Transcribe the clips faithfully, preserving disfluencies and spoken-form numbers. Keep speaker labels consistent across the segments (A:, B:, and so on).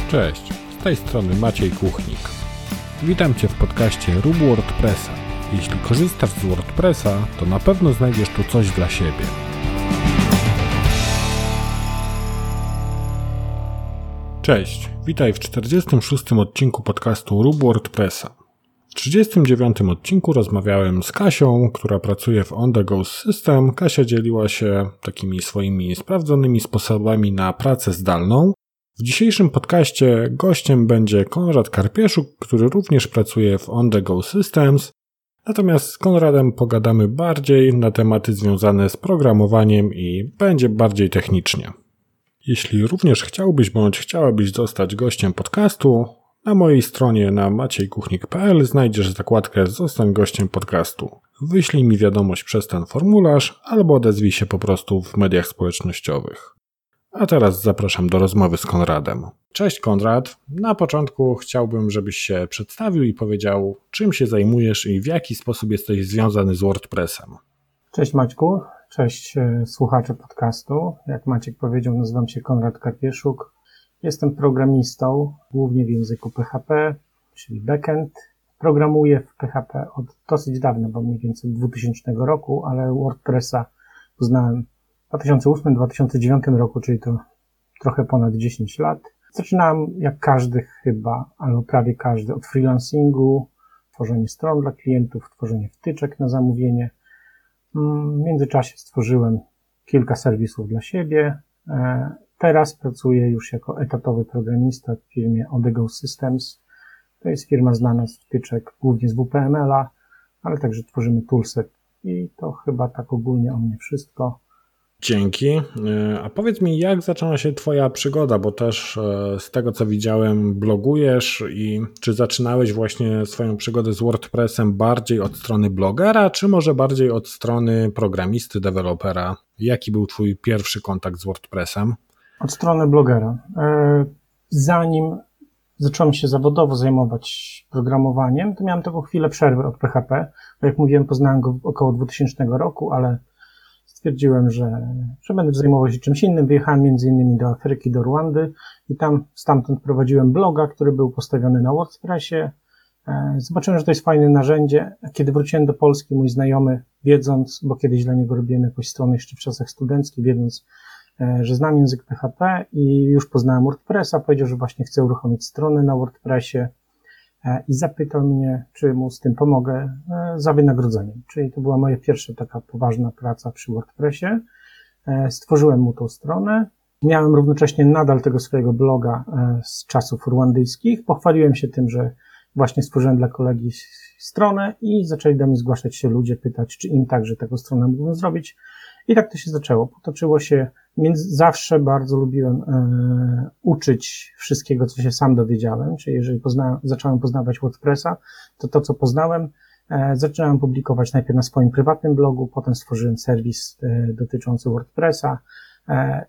A: Cześć, z tej strony Maciej Kuchnik. Witam Cię w podcaście Rób WordPressa. Jeśli korzystasz z WordPressa, to na pewno znajdziesz tu coś dla siebie. Cześć, witaj w czterdziestym szóstym odcinku podcastu Rób WordPressa. W trzydziestym dziewiątym odcinku rozmawiałem z Kasią, która pracuje w On The Go System. Kasia dzieliła się takimi swoimi sprawdzonymi sposobami na pracę zdalną. W dzisiejszym podcaście gościem będzie Konrad Karpieszuk, który również pracuje w On The Go Systems. Natomiast z Konradem pogadamy bardziej na tematy związane z programowaniem i będzie bardziej technicznie. Jeśli również chciałbyś bądź chciałabyś zostać gościem podcastu, na mojej stronie na maciejkuchnik kropka p l znajdziesz zakładkę Zostań gościem podcastu. Wyślij mi wiadomość przez ten formularz albo odezwij się po prostu w mediach społecznościowych. A teraz zapraszam do rozmowy z Konradem. Cześć Konrad. Na początku chciałbym, żebyś się przedstawił i powiedział, czym się zajmujesz i w jaki sposób jesteś związany z WordPressem.
B: Cześć Maćku, cześć słuchacze podcastu. Jak Maciek powiedział, nazywam się Konrad Karpieszuk. Jestem programistą, głównie w języku P H P, czyli backend. Programuję w P H P od dosyć dawna, bo mniej więcej od dwutysięcznego roku, ale WordPressa poznałem w dwa tysiące ósmym do dwa tysiące dziewiątym roku, czyli to trochę ponad dziesięć lat. Zaczynałem jak każdy chyba, albo prawie każdy, od freelancingu, tworzenie stron dla klientów, tworzenie wtyczek na zamówienie. W międzyczasie stworzyłem kilka serwisów dla siebie. Teraz pracuję już jako etatowy programista w firmie On The Go Systems. To jest firma znana z wtyczek głównie z W P M L a, ale także tworzymy toolset. I to chyba tak ogólnie o mnie wszystko.
A: Dzięki. A powiedz mi, jak zaczęła się Twoja przygoda, bo też z tego co widziałem blogujesz i czy zaczynałeś właśnie swoją przygodę z WordPressem bardziej od strony blogera, czy może bardziej od strony programisty, dewelopera? Jaki był Twój pierwszy kontakt z WordPressem?
B: Od strony blogera. Zanim zacząłem się zawodowo zajmować programowaniem, to miałem taką chwilę przerwy od P H P, bo jak mówiłem, poznałem go około dwutysięcznego roku, ale stwierdziłem, że, że będę zajmował się czymś innym. Wyjechałem między innymi do Afryki, do Rwandy i tam stamtąd prowadziłem bloga, który był postawiony na WordPressie. Zobaczyłem, że to jest fajne narzędzie. Kiedy wróciłem do Polski, mój znajomy, wiedząc, bo kiedyś dla niego robiłem jakąś stronę jeszcze w czasach studenckich, wiedząc, że znam język P H P i już poznałem WordPressa, powiedział, że właśnie chce uruchomić stronę na WordPressie i zapytał mnie, czy mu z tym pomogę za wynagrodzeniem. Czyli to była moja pierwsza taka poważna praca przy WordPressie. Stworzyłem mu tą stronę. Miałem równocześnie nadal tego swojego bloga z czasów rwandyjskich. Pochwaliłem się tym, że właśnie stworzyłem dla kolegi stronę i zaczęli do mnie zgłaszać się ludzie, pytać, czy im także taką stronę mógłbym zrobić. I tak to się zaczęło. Potoczyło się, między, zawsze bardzo lubiłem e, uczyć wszystkiego, co się sam dowiedziałem, czyli jeżeli poznałem, zacząłem poznawać WordPressa, to to, co poznałem, e, zacząłem publikować najpierw na swoim prywatnym blogu, potem stworzyłem serwis e, dotyczący WordPressa e,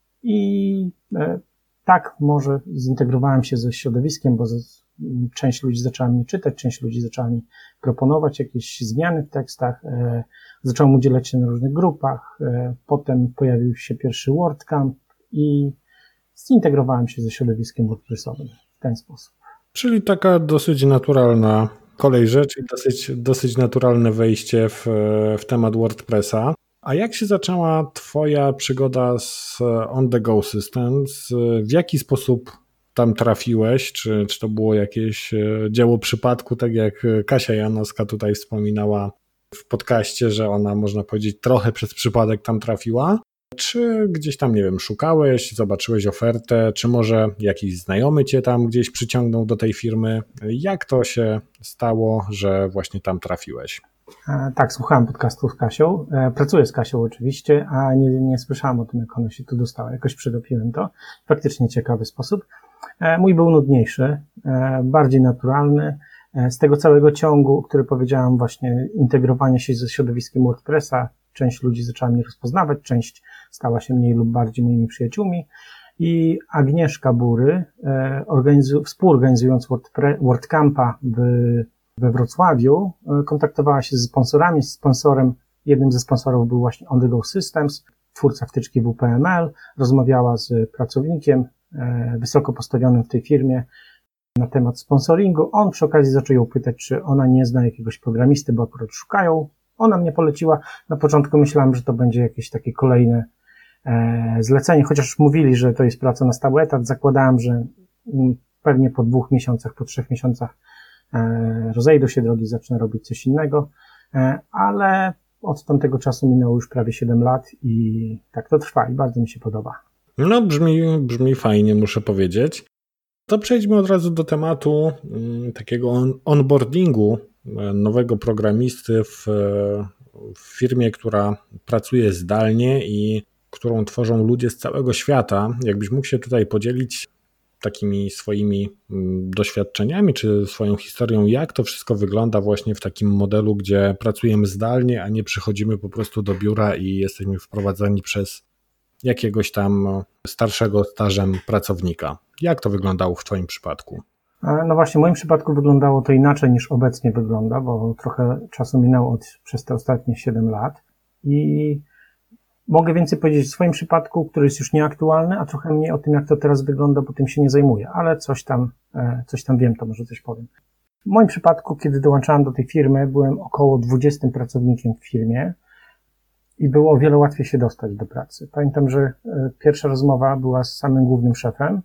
B: i e, tak może zintegrowałem się ze środowiskiem, bo z, część ludzi zaczęła mnie czytać, część ludzi zaczęła mi proponować jakieś zmiany w tekstach, e, zacząłem udzielać się na różnych grupach, e, potem pojawił się pierwszy WordCamp i zintegrowałem się ze środowiskiem WordPressowym w ten sposób.
A: Czyli taka dosyć naturalna kolej rzeczy, dosyć, dosyć naturalne wejście w, w temat WordPressa. A jak się zaczęła Twoja przygoda z On The Go Systems? W jaki sposób tam trafiłeś? Czy, czy to było jakieś dzieło przypadku, tak jak Kasia Janowska tutaj wspominała w podcaście, że ona, można powiedzieć, trochę przez przypadek tam trafiła? Czy gdzieś tam, nie wiem, szukałeś, zobaczyłeś ofertę, czy może jakiś znajomy cię tam gdzieś przyciągnął do tej firmy? Jak to się stało, że właśnie tam trafiłeś?
B: Tak, słuchałem podcastu z Kasią. Pracuję z Kasią oczywiście, a nie, nie słyszałem o tym, jak ona się tu dostała. Jakoś przegapiłem to. Faktycznie ciekawy sposób. Mój był nudniejszy, bardziej naturalny. Z tego całego ciągu, który powiedziałem, właśnie integrowanie się ze środowiskiem WordPressa, część ludzi zaczęła mnie rozpoznawać, część stała się mniej lub bardziej moimi przyjaciółmi. I Agnieszka Bury, organizu- współorganizując WordPre- WordCampa w, we Wrocławiu, kontaktowała się ze sponsorami. Sponsorem, jednym ze sponsorów był właśnie On The Go Systems, twórca wtyczki W P M L, rozmawiała z pracownikiem wysoko postawionym w tej firmie na temat sponsoringu. On przy okazji zaczął ją pytać, czy ona nie zna jakiegoś programisty, bo akurat szukają. Ona mnie poleciła. Na początku myślałem, że to będzie jakieś takie kolejne zlecenie, chociaż mówili, że to jest praca na stały etat. Zakładałem, że pewnie po dwóch miesiącach, po trzech miesiącach rozejdą się drogi, zacznę robić coś innego, ale od tamtego czasu minęło już prawie siedem lat i tak to trwa i bardzo mi się podoba.
A: No brzmi, brzmi fajnie, muszę powiedzieć. To przejdźmy od razu do tematu takiego on, onboardingu nowego programisty w, w firmie, która pracuje zdalnie i którą tworzą ludzie z całego świata. Jakbyś mógł się tutaj podzielić takimi swoimi doświadczeniami czy swoją historią, jak to wszystko wygląda właśnie w takim modelu, gdzie pracujemy zdalnie, a nie przychodzimy po prostu do biura i jesteśmy wprowadzani przez jakiegoś tam starszego stażem pracownika. Jak to wyglądało w Twoim przypadku?
B: No właśnie, w moim przypadku wyglądało to inaczej niż obecnie wygląda, bo trochę czasu minęło od, przez te ostatnie siedem lat i mogę więcej powiedzieć w swoim przypadku, który jest już nieaktualny, a trochę mniej o tym, jak to teraz wygląda, bo tym się nie zajmuję, ale coś tam, coś tam wiem, to może coś powiem. W moim przypadku, kiedy dołączałem do tej firmy, byłem około dwudziestym pracownikiem w firmie i było o wiele łatwiej się dostać do pracy. Pamiętam, że pierwsza rozmowa była z samym głównym szefem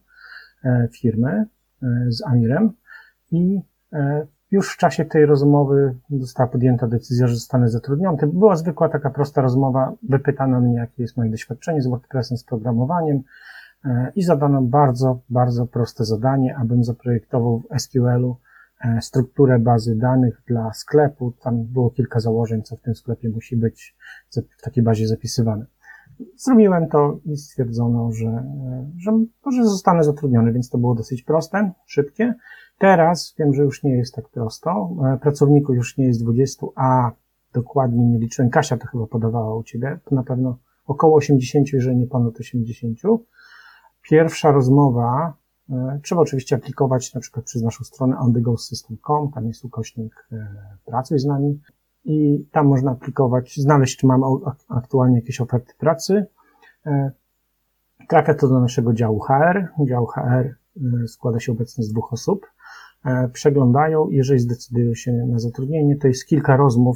B: firmy, z Amirem i już w czasie tej rozmowy została podjęta decyzja, że zostanę zatrudniony. To była zwykła taka prosta rozmowa, wypytano mnie, jakie jest moje doświadczenie z WordPressem, z programowaniem i zadano bardzo, bardzo proste zadanie, abym zaprojektował w S Q L-u strukturę bazy danych dla sklepu. Tam było kilka założeń, co w tym sklepie musi być w takiej bazie zapisywane. Zrobiłem to i stwierdzono, że, że, że zostanę zatrudniony, więc to było dosyć proste, szybkie. Teraz wiem, że już nie jest tak prosto. Pracowników już nie jest dwudziestu, a dokładnie nie liczyłem. Kasia to chyba podawała u Ciebie. To na pewno około osiemdziesięciu, jeżeli nie ponad osiemdziesięciu. Pierwsza rozmowa, e, trzeba oczywiście aplikować na przykład przez naszą stronę on the go system kropka com, tam jest ukośnik e, pracuj z nami i tam można aplikować, znaleźć, czy mamy aktualnie jakieś oferty pracy. E, trafia to do naszego działu H R. Dział H R e, składa się obecnie z dwóch osób. Przeglądają, jeżeli zdecydują się na zatrudnienie, to jest kilka rozmów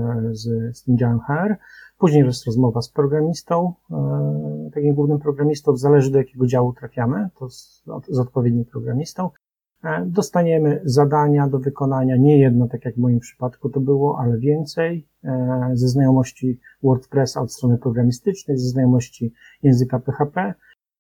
B: z, z tym działem H R, później jest rozmowa z programistą, takim głównym programistą, zależy do jakiego działu trafiamy, to z, z odpowiednim programistą. Dostaniemy zadania do wykonania, nie jedno, tak jak w moim przypadku to było, ale więcej, ze znajomości WordPressa od strony programistycznej, ze znajomości języka P H P.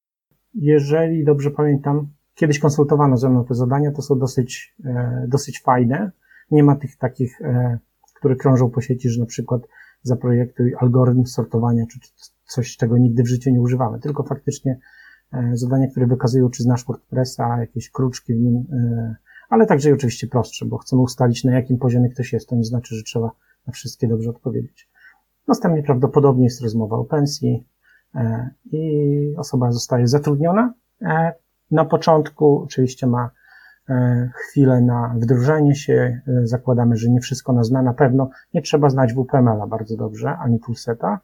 B: Jeżeli dobrze pamiętam, kiedyś konsultowano ze mną te zadania, to są dosyć, e, dosyć fajne. Nie ma tych takich, e, które krążą po sieci, że na przykład zaprojektuj algorytm sortowania, czy, czy coś, czego nigdy w życiu nie używamy, tylko faktycznie e, zadania, które wykazują, czy znasz WordPressa, jakieś kruczki w nim, e, ale także i oczywiście prostsze, bo chcemy ustalić, na jakim poziomie ktoś jest. To nie znaczy, że trzeba na wszystkie dobrze odpowiedzieć. Następnie prawdopodobnie jest rozmowa o pensji e, i osoba zostaje zatrudniona. E, Na początku oczywiście ma chwilę na wdrożenie się. Zakładamy, że nie wszystko nas zna. Na pewno nie trzeba znać W P M L-a bardzo dobrze, ani toolseta.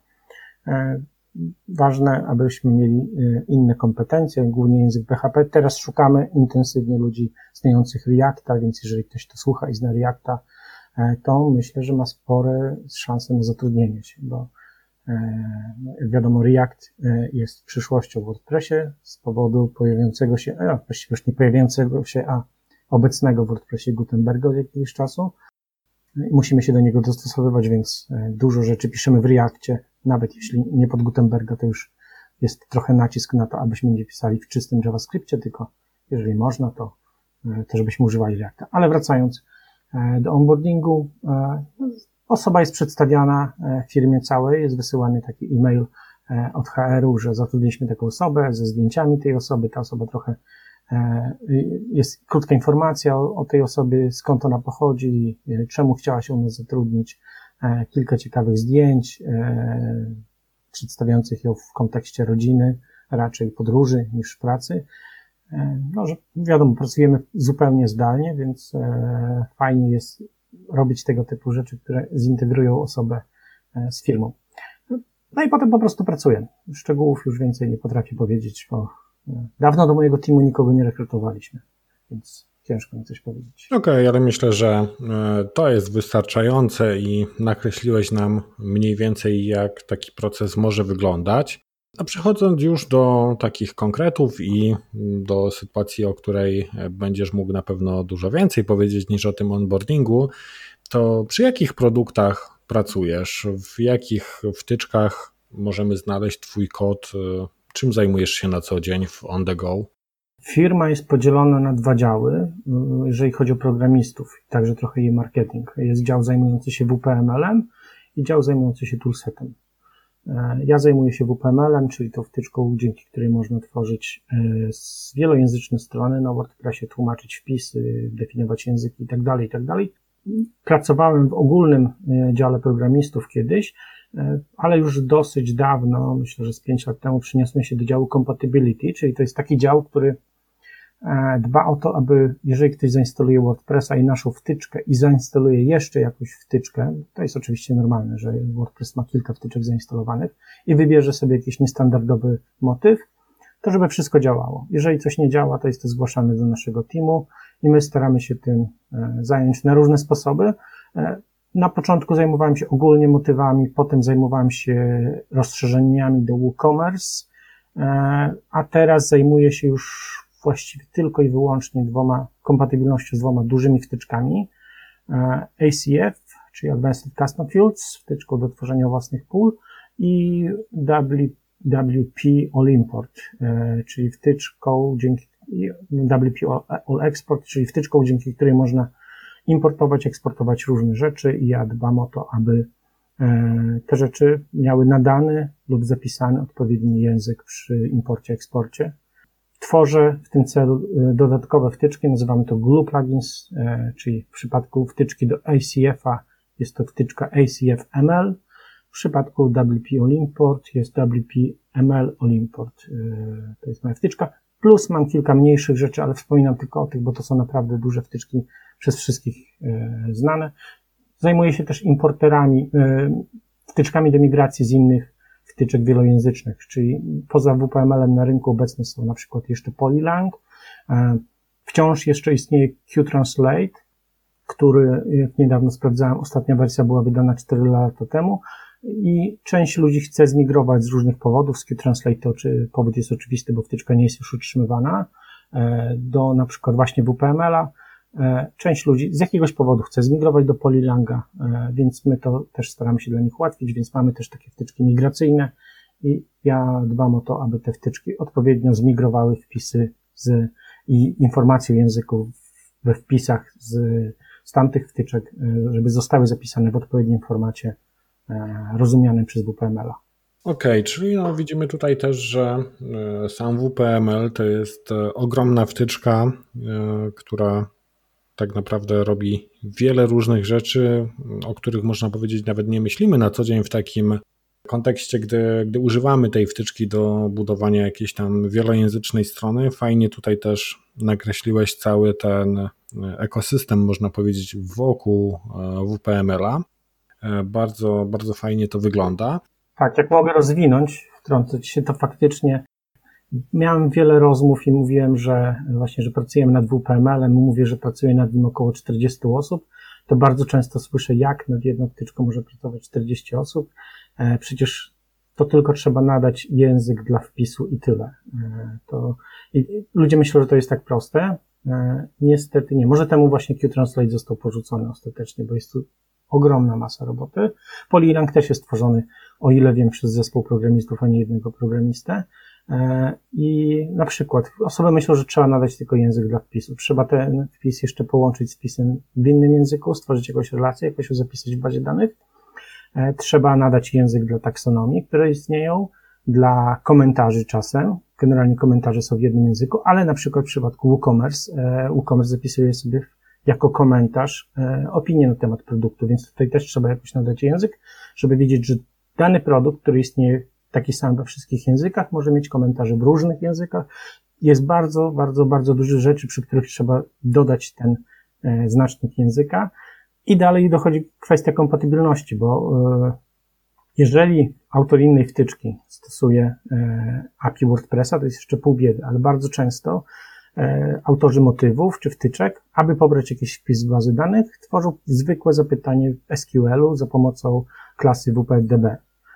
B: Ważne, abyśmy mieli inne kompetencje, głównie język P H P. Teraz szukamy intensywnie ludzi znających Reacta, więc jeżeli ktoś to słucha i zna Reacta, to myślę, że ma spore szanse na zatrudnienie się, bo jak wiadomo, React jest przyszłością w WordPressie z powodu pojawiającego się, no, właściwie już nie pojawiającego się, a obecnego w WordPressie Gutenberga od jakiegoś czasu. I musimy się do niego dostosowywać, więc dużo rzeczy piszemy w Reactie, nawet jeśli nie pod Gutenberga, to już jest trochę nacisk na to, abyśmy nie pisali w czystym JavaScriptie, tylko jeżeli można, to, to żebyśmy używali Reacta. Ale wracając do onboardingu, osoba jest przedstawiana w firmie całej, jest wysyłany taki e-mail od H R-u, że zatrudniliśmy taką osobę ze zdjęciami tej osoby, ta osoba trochę, jest krótka informacja o, o tej osobie, skąd ona pochodzi, czemu chciała się u nas zatrudnić, kilka ciekawych zdjęć przedstawiających ją w kontekście rodziny, raczej podróży niż pracy. No, że wiadomo, pracujemy zupełnie zdalnie, więc fajnie jest robić tego typu rzeczy, które zintegrują osobę z firmą. No i potem po prostu pracuję. Szczegółów już więcej nie potrafię powiedzieć, bo Dawno do mojego teamu nikogo nie rekrutowaliśmy, więc ciężko mi coś powiedzieć.
A: Okej, okay, ale myślę, że to jest wystarczające i nakreśliłeś nam mniej więcej, jak taki proces może wyglądać. A przechodząc już do takich konkretów i do sytuacji, o której będziesz mógł na pewno dużo więcej powiedzieć niż o tym onboardingu, to przy jakich produktach pracujesz? W jakich wtyczkach możemy znaleźć Twój kod? Czym zajmujesz się na co dzień w On The Go?
B: Firma jest podzielona na dwa działy, jeżeli chodzi o programistów, także trochę jej marketing. Jest dział zajmujący się W P M L-em i dział zajmujący się toolsetem. Ja zajmuję się W P M L-em, czyli tą wtyczką, dzięki której można tworzyć wielojęzyczne strony na WordPressie, tłumaczyć wpisy, definiować języki itd., itd. Pracowałem w ogólnym dziale programistów kiedyś, ale już dosyć dawno, myślę, że z pięć lat temu przyniosłem się do działu Compatibility, czyli to jest taki dział, który dba o to, aby jeżeli ktoś zainstaluje WordPressa i naszą wtyczkę i zainstaluje jeszcze jakąś wtyczkę, to jest oczywiście normalne, że WordPress ma kilka wtyczek zainstalowanych i wybierze sobie jakiś niestandardowy motyw, to żeby wszystko działało. Jeżeli coś nie działa, to jest to zgłaszane do naszego teamu i my staramy się tym zająć na różne sposoby. Na początku zajmowałem się ogólnie motywami, potem zajmowałem się rozszerzeniami do WooCommerce, a teraz zajmuję się już właściwie tylko i wyłącznie dwoma, kompatybilnością z dwoma dużymi wtyczkami. A C F, czyli Advanced Custom Fields, wtyczką do tworzenia własnych pól i W P All Import, czyli wtyczką dzięki W P All Export, czyli wtyczką, dzięki której można importować, eksportować różne rzeczy i ja dbam o to, aby te rzeczy miały nadany lub zapisany odpowiedni język przy imporcie, eksporcie. Tworzę w tym celu dodatkowe wtyczki, nazywamy to Glue Plugins, czyli w przypadku wtyczki do A C F-a jest to wtyczka A C F M L, w przypadku W P All Import jest W P M L All Import. To jest moja wtyczka. Plus mam kilka mniejszych rzeczy, ale wspominam tylko o tych, bo to są naprawdę duże wtyczki, przez wszystkich znane. Zajmuję się też importerami, wtyczkami do migracji z innych wtyczek wielojęzycznych, czyli poza W P M L-em na rynku obecne są na przykład jeszcze Polylang. Wciąż jeszcze istnieje Qtranslate, który, jak niedawno sprawdzałem, ostatnia wersja była wydana cztery lata temu i część ludzi chce zmigrować z różnych powodów. Z Qtranslate to czy powód jest oczywisty, bo wtyczka nie jest już utrzymywana, do na przykład właśnie W P M L-a. Część ludzi z jakiegoś powodu chce zmigrować do Polylanga, więc my to też staramy się dla nich ułatwić, więc mamy też takie wtyczki migracyjne i ja dbam o to, aby te wtyczki odpowiednio zmigrowały wpisy z, i informacje o języku we wpisach z, z tamtych wtyczek, żeby zostały zapisane w odpowiednim formacie rozumianym przez W P M L-a.
A: Okej, okay, czyli no widzimy tutaj też, że sam W P M L to jest ogromna wtyczka, która tak naprawdę robi wiele różnych rzeczy, o których można powiedzieć nawet nie myślimy na co dzień w takim kontekście, gdy, gdy używamy tej wtyczki do budowania jakiejś tam wielojęzycznej strony. Fajnie tutaj też nakreśliłeś cały ten ekosystem, można powiedzieć, wokół W P M L-a. Bardzo, bardzo fajnie to wygląda.
B: Tak, jak mogę rozwinąć, wtrącać się, to faktycznie miałem wiele rozmów i mówiłem, że właśnie, że pracujemy nad W P M L-em, mówię, że pracuje nad nim około czterdzieści osób, to bardzo często słyszę, jak nad jedną wtyczką może pracować czterdzieści osób. Przecież to tylko trzeba nadać język dla wpisu i tyle. To, i ludzie myślą, że to jest tak proste. Niestety nie. Może temu właśnie Qtranslate został porzucony ostatecznie, bo jest tu ogromna masa roboty. Polylang też jest tworzony, o ile wiem, przez zespół programistów, a nie jednego programistę. I na przykład osoby myślą, że trzeba nadać tylko język dla wpisu. Trzeba ten wpis jeszcze połączyć z wpisem w innym języku, stworzyć jakąś relację, jakoś ją zapisać w bazie danych. Trzeba nadać język dla taksonomii, które istnieją, dla komentarzy czasem. Generalnie komentarze są w jednym języku, ale na przykład w przypadku WooCommerce, WooCommerce zapisuje sobie jako komentarz opinię na temat produktu, więc tutaj też trzeba jakoś nadać język, żeby wiedzieć, że dany produkt, który istnieje taki sam we wszystkich językach, może mieć komentarze w różnych językach. Jest bardzo, bardzo, bardzo dużo rzeczy, przy których trzeba dodać ten e, znacznik języka. I dalej dochodzi kwestia kompatybilności, bo e, Jeżeli autor innej wtyczki stosuje A P I WordPressa, to jest jeszcze pół biedy, ale bardzo często autorzy motywów czy wtyczek, aby pobrać jakiś wpis z bazy danych, tworzą zwykłe zapytanie w S Q L u za pomocą klasy W P D B.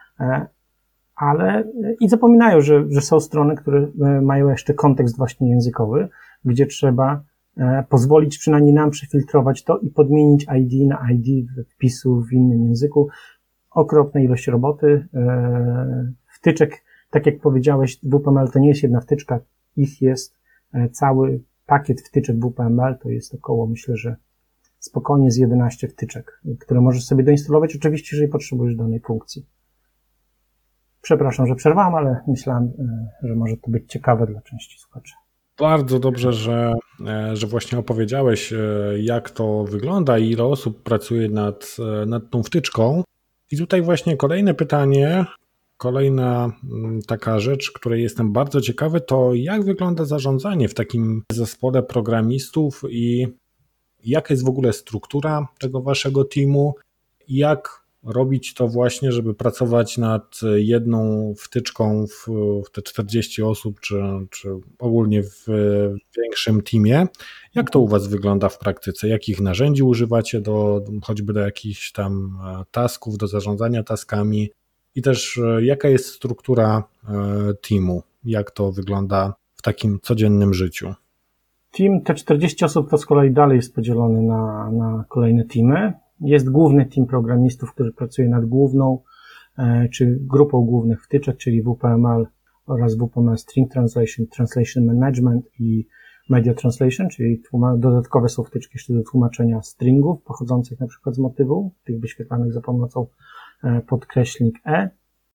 B: Ale i zapominają, że, że są strony, które mają jeszcze kontekst właśnie językowy, gdzie trzeba pozwolić przynajmniej nam przefiltrować to i podmienić I D na I D wpisu w innym języku. Okropna ilość roboty. Wtyczek, tak jak powiedziałeś, W P M L to nie jest jedna wtyczka, ich jest cały pakiet wtyczek W P M L, to jest około, myślę, że spokojnie z jedenaście wtyczek, które możesz sobie doinstalować, oczywiście, jeżeli potrzebujesz danej funkcji. Przepraszam, że przerwałem, ale myślałem, że może to być ciekawe dla części słuchaczy.
A: Bardzo dobrze, że, że właśnie opowiedziałeś, jak to wygląda i ile osób pracuje nad, nad tą wtyczką. I tutaj właśnie kolejne pytanie, kolejna taka rzecz, której jestem bardzo ciekawy, to jak wygląda zarządzanie w takim zespole programistów i jaka jest w ogóle struktura tego waszego teamu, jak robić to właśnie, żeby pracować nad jedną wtyczką w, w te czterdzieści osób, czy, czy ogólnie w większym teamie. Jak to u was wygląda w praktyce? Jakich narzędzi używacie do choćby do jakichś tam tasków, do zarządzania taskami? I też jaka jest struktura teamu? Jak to wygląda w takim codziennym życiu?
B: Team, te czterdzieści osób to z kolei dalej jest podzielony na, na kolejne teamy. Jest główny team programistów, który pracuje nad główną, czy grupą głównych wtyczek, czyli W P M L oraz W P M L String Translation, Translation Management i Media Translation, czyli tłuma- dodatkowe są wtyczki jeszcze do tłumaczenia stringów pochodzących na przykład z motywu, tych wyświetlanych za pomocą podkreślnik E.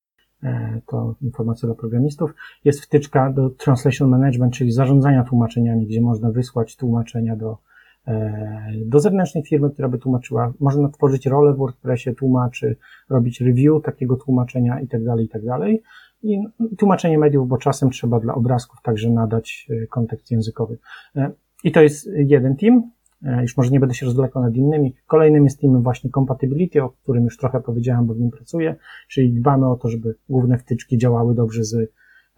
B: To informacja dla programistów. Jest wtyczka do Translation Management, czyli zarządzania tłumaczeniami, gdzie można wysłać tłumaczenia do do zewnętrznej firmy, która by tłumaczyła. Można tworzyć rolę w WordPressie, tłumaczy, robić review takiego tłumaczenia i tak dalej, i tak dalej. I tłumaczenie mediów, bo czasem trzeba dla obrazków także nadać kontekst językowy. I to jest jeden team. Już może nie będę się rozwlekał nad innymi. Kolejnym jest team właśnie Compatibility, o którym już trochę powiedziałem, bo w nim pracuję, czyli dbamy o to, żeby główne wtyczki działały dobrze z,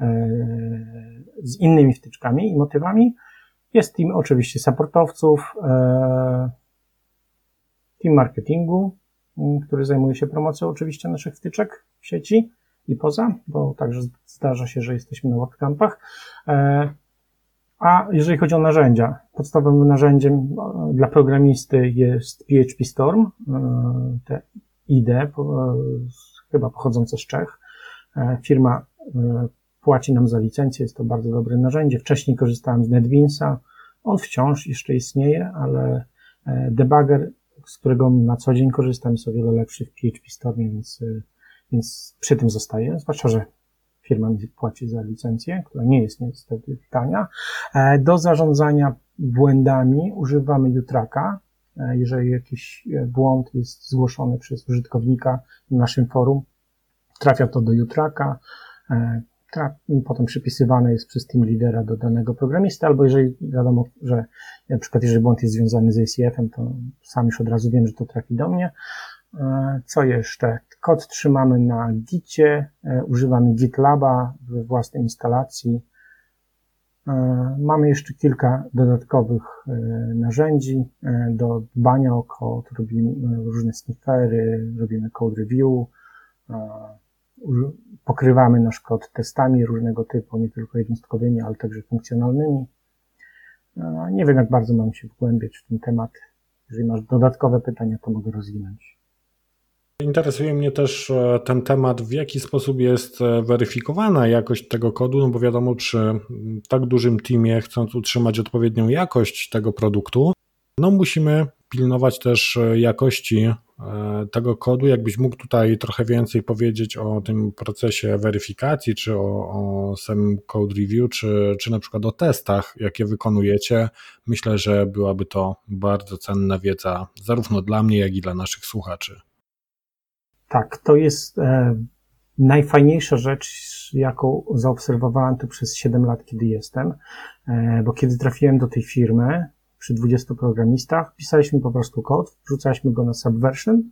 B: z innymi wtyczkami i motywami. Jest team oczywiście supportowców, team marketingu, który zajmuje się promocją oczywiście naszych wtyczek w sieci i poza, bo także zdarza się, że jesteśmy na WordCampach. A jeżeli chodzi o narzędzia, podstawowym narzędziem dla programisty jest P H P Storm, te I D E, chyba pochodzące z Czech. Firma płaci nam za licencję, jest to bardzo dobre narzędzie. Wcześniej korzystałem z NetBeansa, on wciąż jeszcze istnieje, ale debugger, z którego na co dzień korzystam, jest o wiele lepszy w P H P Stormie, więc, więc przy tym zostaję, zwłaszcza, że firma mi płaci za licencję, która nie jest niestety tania. Do zarządzania błędami używamy U-Tracka. Jeżeli jakiś błąd jest zgłoszony przez użytkownika na naszym forum, trafia to do U-Tracka, potem przypisywane jest przez team lidera do danego programisty, albo jeżeli wiadomo, że na przykład jeżeli błąd jest związany z A C F em, to sam już od razu wiem, że to trafi do mnie. Co jeszcze? Kod trzymamy na Gicie, używamy GitLaba we własnej instalacji. Mamy jeszcze kilka dodatkowych narzędzi do dbania o kod, robimy różne sniffery, robimy code review, pokrywamy nasz kod testami różnego typu, nie tylko jednostkowymi, ale także funkcjonalnymi. Nie wiem, jak bardzo mam się wgłębiać w ten temat. Jeżeli masz dodatkowe pytania, to mogę rozwinąć.
A: Interesuje mnie też ten temat, w jaki sposób jest weryfikowana jakość tego kodu, no bo wiadomo, przy tak dużym teamie, chcąc utrzymać odpowiednią jakość tego produktu, no musimy pilnować też jakości tego kodu. Jakbyś mógł tutaj trochę więcej powiedzieć o tym procesie weryfikacji, czy o, o samym code review, czy, czy na przykład o testach, jakie wykonujecie. Myślę, że byłaby to bardzo cenna wiedza zarówno dla mnie, jak i dla naszych słuchaczy.
B: Tak, to jest e, najfajniejsza rzecz, jaką zaobserwowałem tu przez siedem lat, kiedy jestem, e, bo kiedy trafiłem do tej firmy, przy dwudziestu programistach, pisaliśmy po prostu kod, wrzucaliśmy go na Subversion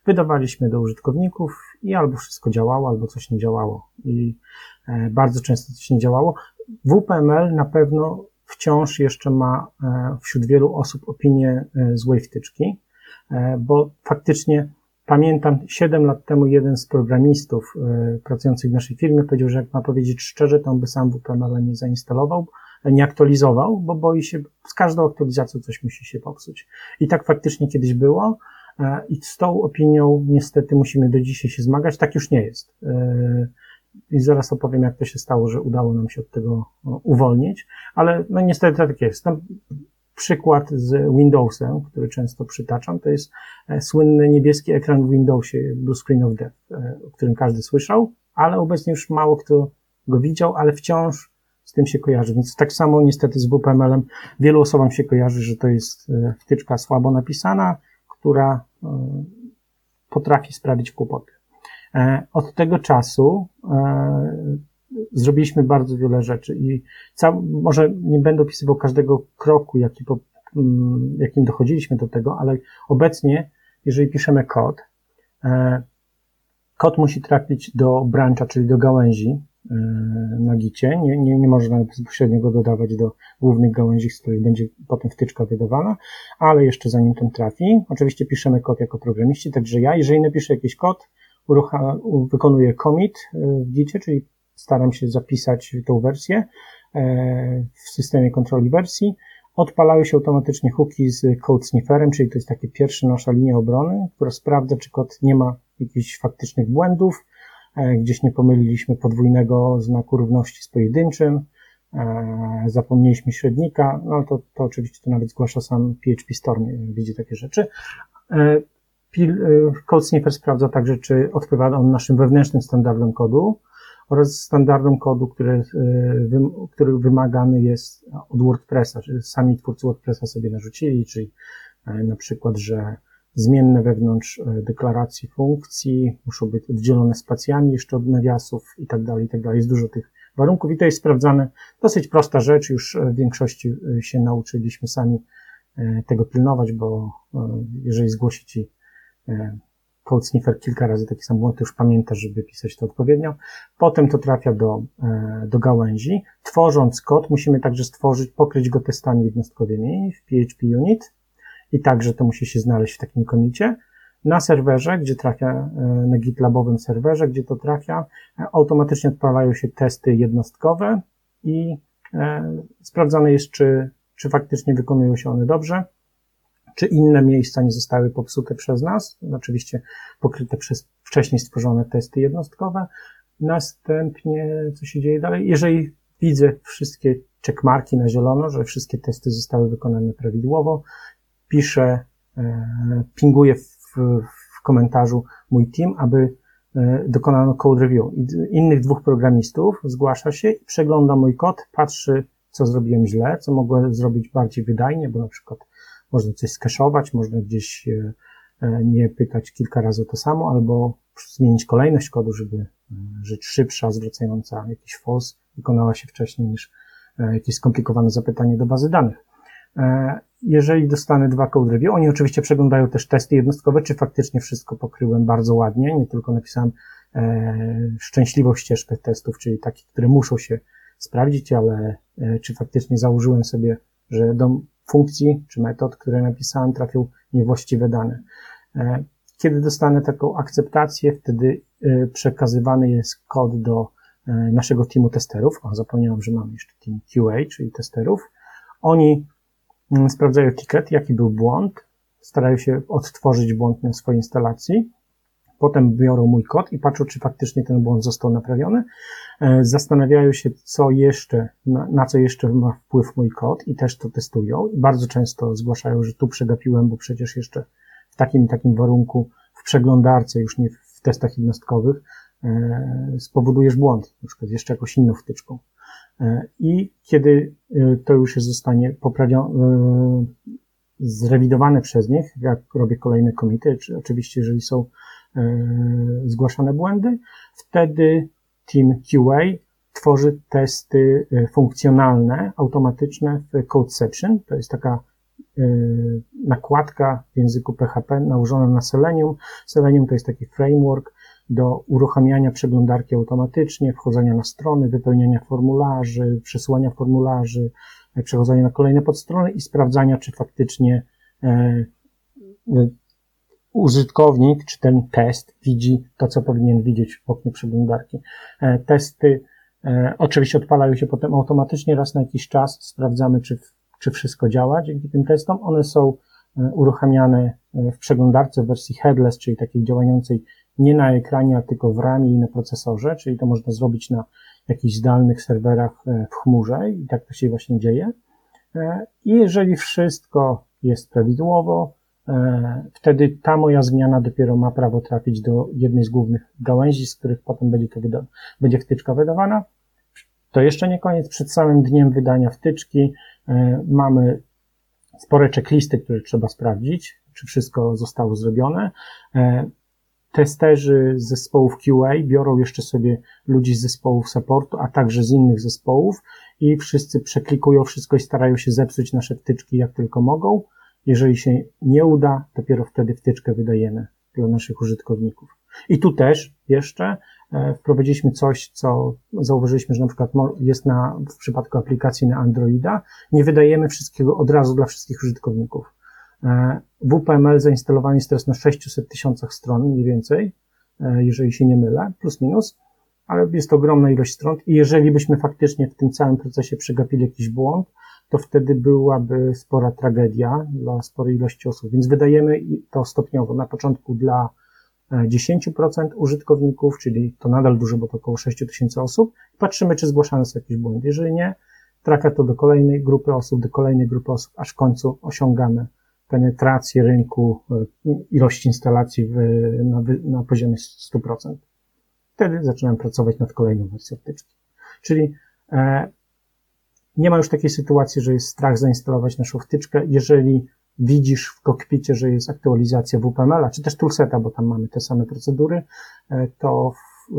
B: wydawaliśmy do użytkowników i albo wszystko działało, albo coś nie działało. I bardzo często coś nie działało. W P M L na pewno wciąż jeszcze ma wśród wielu osób opinię złej wtyczki, bo faktycznie pamiętam siedem lat temu jeden z programistów pracujących w naszej firmie powiedział, że jak ma powiedzieć szczerze, to on by sam W P M L nie zainstalował, nie aktualizował, bo boi się, z każdą aktualizacją coś musi się popsuć. I tak faktycznie kiedyś było i z tą opinią niestety musimy do dzisiaj się zmagać. Tak już nie jest. I zaraz opowiem, jak to się stało, że udało nam się od tego uwolnić, ale no niestety tak jest. Tam przykład z Windowsem, który często przytaczam, to jest słynny niebieski ekran w Windowsie, Blue Screen of Death, o którym każdy słyszał, ale obecnie już mało kto go widział, ale wciąż z tym się kojarzy. Więc tak samo niestety z W P M L-em wielu osobom się kojarzy, że to jest wtyczka słabo napisana, która potrafi sprawić kłopoty. Od tego czasu e, zrobiliśmy bardzo wiele rzeczy i cał, może nie będę opisywał każdego kroku, jaki po, m, jakim dochodziliśmy do tego, ale obecnie, jeżeli piszemy kod, e, kod musi trafić do brancha, czyli do gałęzi e, na gicie, nie, nie, nie można bezpośrednio go dodawać do głównych gałęzi, z których będzie potem wtyczka wydawana, ale jeszcze zanim tam trafi, oczywiście piszemy kod jako programiści, także ja, jeżeli napiszę jakiś kod, Urucha, wykonuję commit w gicie, czyli staram się zapisać tą wersję w systemie kontroli wersji. Odpalają się automatycznie hooki z code snifferem, czyli to jest taka pierwsza nasza linia obrony, która sprawdza, czy kod nie ma jakichś faktycznych błędów, gdzieś nie pomyliliśmy podwójnego znaku równości z pojedynczym, zapomnieliśmy średnika, no ale to, to oczywiście to nawet zgłasza sam P H P Storm, widzi takie rzeczy. Code Sniffer sprawdza także, czy odpowiada on naszym wewnętrznym standardom kodu oraz standardom kodu, który, który wymagany jest od WordPressa, czyli sami twórcy WordPressa sobie narzucili, czyli na przykład, że zmienne wewnątrz deklaracji funkcji muszą być oddzielone spacjami jeszcze od nawiasów i tak dalej, i tak dalej. Jest dużo tych warunków i to jest sprawdzane. Dosyć prosta rzecz, już w większości się nauczyliśmy sami tego pilnować, bo jeżeli zgłosi ci Code Sniffer kilka razy taki sam błąd, to już pamiętasz, żeby pisać to odpowiednio. Potem to trafia do, do gałęzi. Tworząc kod musimy także stworzyć, pokryć go testami jednostkowymi w P H P Unit i także to musi się znaleźć w takim komicie. Na serwerze, gdzie trafia, na GitLabowym serwerze, gdzie to trafia, automatycznie odpalają się testy jednostkowe i sprawdzane jest, czy, czy faktycznie wykonują się one dobrze, czy inne miejsca nie zostały popsute przez nas, oczywiście pokryte przez wcześniej stworzone testy jednostkowe. Następnie, co się dzieje dalej? Jeżeli widzę wszystkie checkmarki na zielono, że wszystkie testy zostały wykonane prawidłowo, piszę, pinguję w, w komentarzu mój team, aby dokonano code review. Innych dwóch programistów zgłasza się i przegląda mój kod, patrzy, co zrobiłem źle, co mogłem zrobić bardziej wydajnie, bo na przykład można coś skeszować, można gdzieś nie pytać kilka razy to samo, albo zmienić kolejność kodu, żeby rzecz szybsza, zwracająca jakiś false, wykonała się wcześniej niż jakieś skomplikowane zapytanie do bazy danych. Jeżeli dostanę dwa code review, oni oczywiście przeglądają też testy jednostkowe, czy faktycznie wszystko pokryłem bardzo ładnie, nie tylko napisałem szczęśliwą ścieżkę testów, czyli takie, które muszą się sprawdzić, ale czy faktycznie założyłem sobie, że do funkcji czy metod, które napisałem, trafią niewłaściwe dane. Kiedy dostanę taką akceptację, wtedy przekazywany jest kod do naszego teamu testerów. O, zapomniałem, że mamy jeszcze team Q A, czyli testerów. Oni sprawdzają ticket, jaki był błąd, starają się odtworzyć błąd na swojej instalacji. Potem biorą mój kod i patrzą, czy faktycznie ten błąd został naprawiony. Zastanawiają się, co jeszcze, na, na co jeszcze ma wpływ mój kod i też to testują. I bardzo często zgłaszają, że tu przegapiłem, bo przecież jeszcze w takim takim warunku w przeglądarce, już nie w testach jednostkowych, e, spowodujesz błąd, na przykład jeszcze jakąś inną wtyczką. E, I kiedy to już jest zostanie poprawione, e, zrewidowane przez nich, jak robię kolejne komity, czy oczywiście jeżeli są zgłaszane błędy, wtedy team Q A tworzy testy funkcjonalne, automatyczne w CodeCeption. To jest taka nakładka w języku P H P nałożona na Selenium. Selenium to jest taki framework do uruchamiania przeglądarki automatycznie, wchodzenia na strony, wypełniania formularzy, przesyłania formularzy, przechodzenia na kolejne podstrony i sprawdzania, czy faktycznie użytkownik, czy ten test widzi to, co powinien widzieć w oknie przeglądarki. Testy oczywiście odpalają się potem automatycznie raz na jakiś czas. Sprawdzamy, czy, czy wszystko działa dzięki tym testom. One są uruchamiane w przeglądarce w wersji headless, czyli takiej działającej nie na ekranie, a tylko w ramie i na procesorze, czyli to można zrobić na jakichś zdalnych serwerach w chmurze i tak to się właśnie dzieje. I jeżeli wszystko jest prawidłowo, wtedy ta moja zmiana dopiero ma prawo trafić do jednej z głównych gałęzi, z których potem będzie to wyda- będzie wtyczka wydawana. To jeszcze nie koniec. Przed samym dniem wydania wtyczki mamy spore checklisty, które trzeba sprawdzić, czy wszystko zostało zrobione. Testerzy z zespołów Q A biorą jeszcze sobie ludzi z zespołów supportu, a także z innych zespołów i wszyscy przeklikują wszystko i starają się zepsuć nasze wtyczki jak tylko mogą. Jeżeli się nie uda, dopiero wtedy wtyczkę wydajemy dla naszych użytkowników. I tu też jeszcze wprowadziliśmy coś, co zauważyliśmy, że na przykład jest na, w przypadku aplikacji na Androida, nie wydajemy wszystkiego od razu dla wszystkich użytkowników. W P M L zainstalowany jest teraz na sześciuset tysiącach stron, mniej więcej, jeżeli się nie mylę, plus minus, ale jest to ogromna ilość stron i jeżeli byśmy faktycznie w tym całym procesie przegapili jakiś błąd, to wtedy byłaby spora tragedia dla sporej ilości osób, więc wydajemy to stopniowo. Na początku dla dziesięć procent użytkowników, czyli to nadal dużo, bo to około sześć tysięcy osób. Patrzymy, czy zgłaszane są jakieś błędy. Jeżeli nie, trafia to do kolejnej grupy osób, do kolejnej grupy osób, aż w końcu osiągamy penetrację rynku, ilość instalacji w, na, na poziomie sto procent. Wtedy zaczynamy pracować nad kolejną wersją wtyczki. Czyli e, nie ma już takiej sytuacji, że jest strach zainstalować naszą wtyczkę. Jeżeli widzisz w kokpicie, że jest aktualizacja W P M L a, czy też toolseta, bo tam mamy te same procedury, to,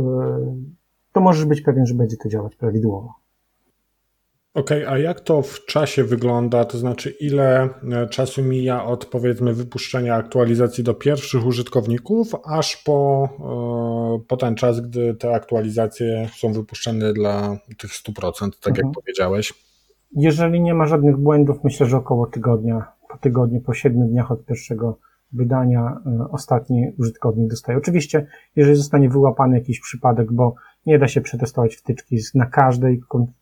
B: to możesz być pewien, że będzie to działać prawidłowo.
A: Okej, okay, a jak to w czasie wygląda? To znaczy, ile czasu mija od, powiedzmy, wypuszczenia aktualizacji do pierwszych użytkowników, aż po, po ten czas, gdy te aktualizacje są wypuszczane dla tych stu procent, tak mhm. jak powiedziałeś?
B: Jeżeli nie ma żadnych błędów, myślę, że około tygodnia, po tygodniu, po siedmiu dniach od pierwszego wydania ostatni użytkownik dostaje. Oczywiście, jeżeli zostanie wyłapany jakiś przypadek, bo nie da się przetestować wtyczki na każdej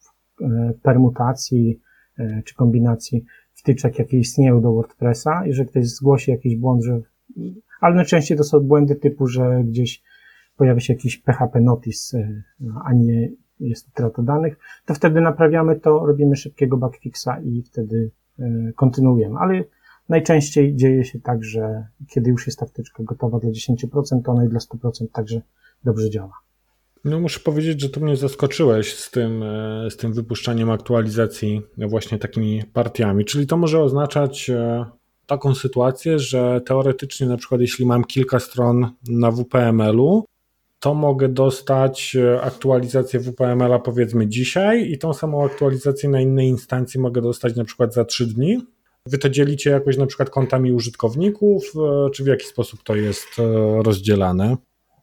B: permutacji czy kombinacji wtyczek, jakie istnieją do WordPressa, jeżeli ktoś zgłosi jakiś błąd, że, ale najczęściej to są błędy typu, że gdzieś pojawia się jakiś P H P notice, a nie jest utrata danych, to wtedy naprawiamy to, robimy szybkiego bugfixa i wtedy kontynuujemy. Ale najczęściej dzieje się tak, że kiedy już jest ta wtyczka gotowa dla dziesięć procent, to ona i dla stu procent także dobrze działa.
A: No muszę powiedzieć, że to mnie zaskoczyłeś z tym, z tym wypuszczaniem aktualizacji właśnie takimi partiami, czyli to może oznaczać taką sytuację, że teoretycznie na przykład jeśli mam kilka stron na W P M L u, to mogę dostać aktualizację W P M L a powiedzmy dzisiaj i tą samą aktualizację na innej instancji mogę dostać na przykład za trzy dni. Wy to dzielicie jakoś na przykład kontami użytkowników, czy w jaki sposób to jest rozdzielane?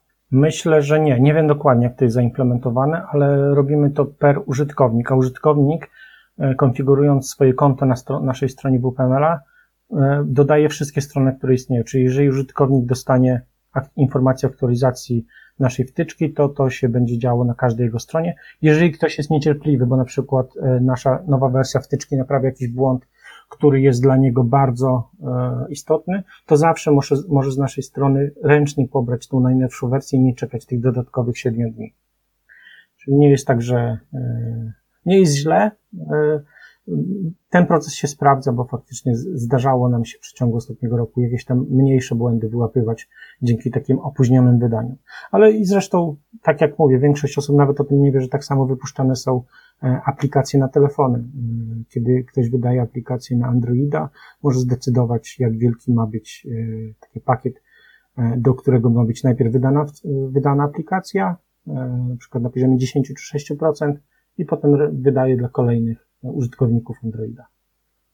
B: Myślę, że nie. Nie wiem dokładnie, jak to jest zaimplementowane, ale robimy to per użytkownik, a użytkownik, konfigurując swoje konto na stro- naszej stronie W P M L a, dodaje wszystkie strony, które istnieją. Czyli jeżeli użytkownik dostanie informację o aktualizacji naszej wtyczki, to to się będzie działo na każdej jego stronie. Jeżeli ktoś jest niecierpliwy, bo na przykład nasza nowa wersja wtyczki naprawia jakiś błąd, który jest dla niego bardzo e, istotny, to zawsze może, może z naszej strony ręcznie pobrać tą najnowszą wersję i nie czekać tych dodatkowych siedmiu dni. Czyli nie jest tak, że e, nie jest źle. E, ten proces się sprawdza, bo faktycznie zdarzało nam się w przeciągu ostatniego roku jakieś tam mniejsze błędy wyłapywać dzięki takim opóźnionym wydaniom. Ale i zresztą, tak jak mówię, większość osób nawet o tym nie wie, że tak samo wypuszczane są aplikacje na telefony. Kiedy ktoś wydaje aplikację na Androida, może zdecydować, jak wielki ma być taki pakiet, do którego ma być najpierw wydana, wydana aplikacja, na przykład na poziomie dziesięć czy sześć procent i potem wydaje dla kolejnych użytkowników Androida.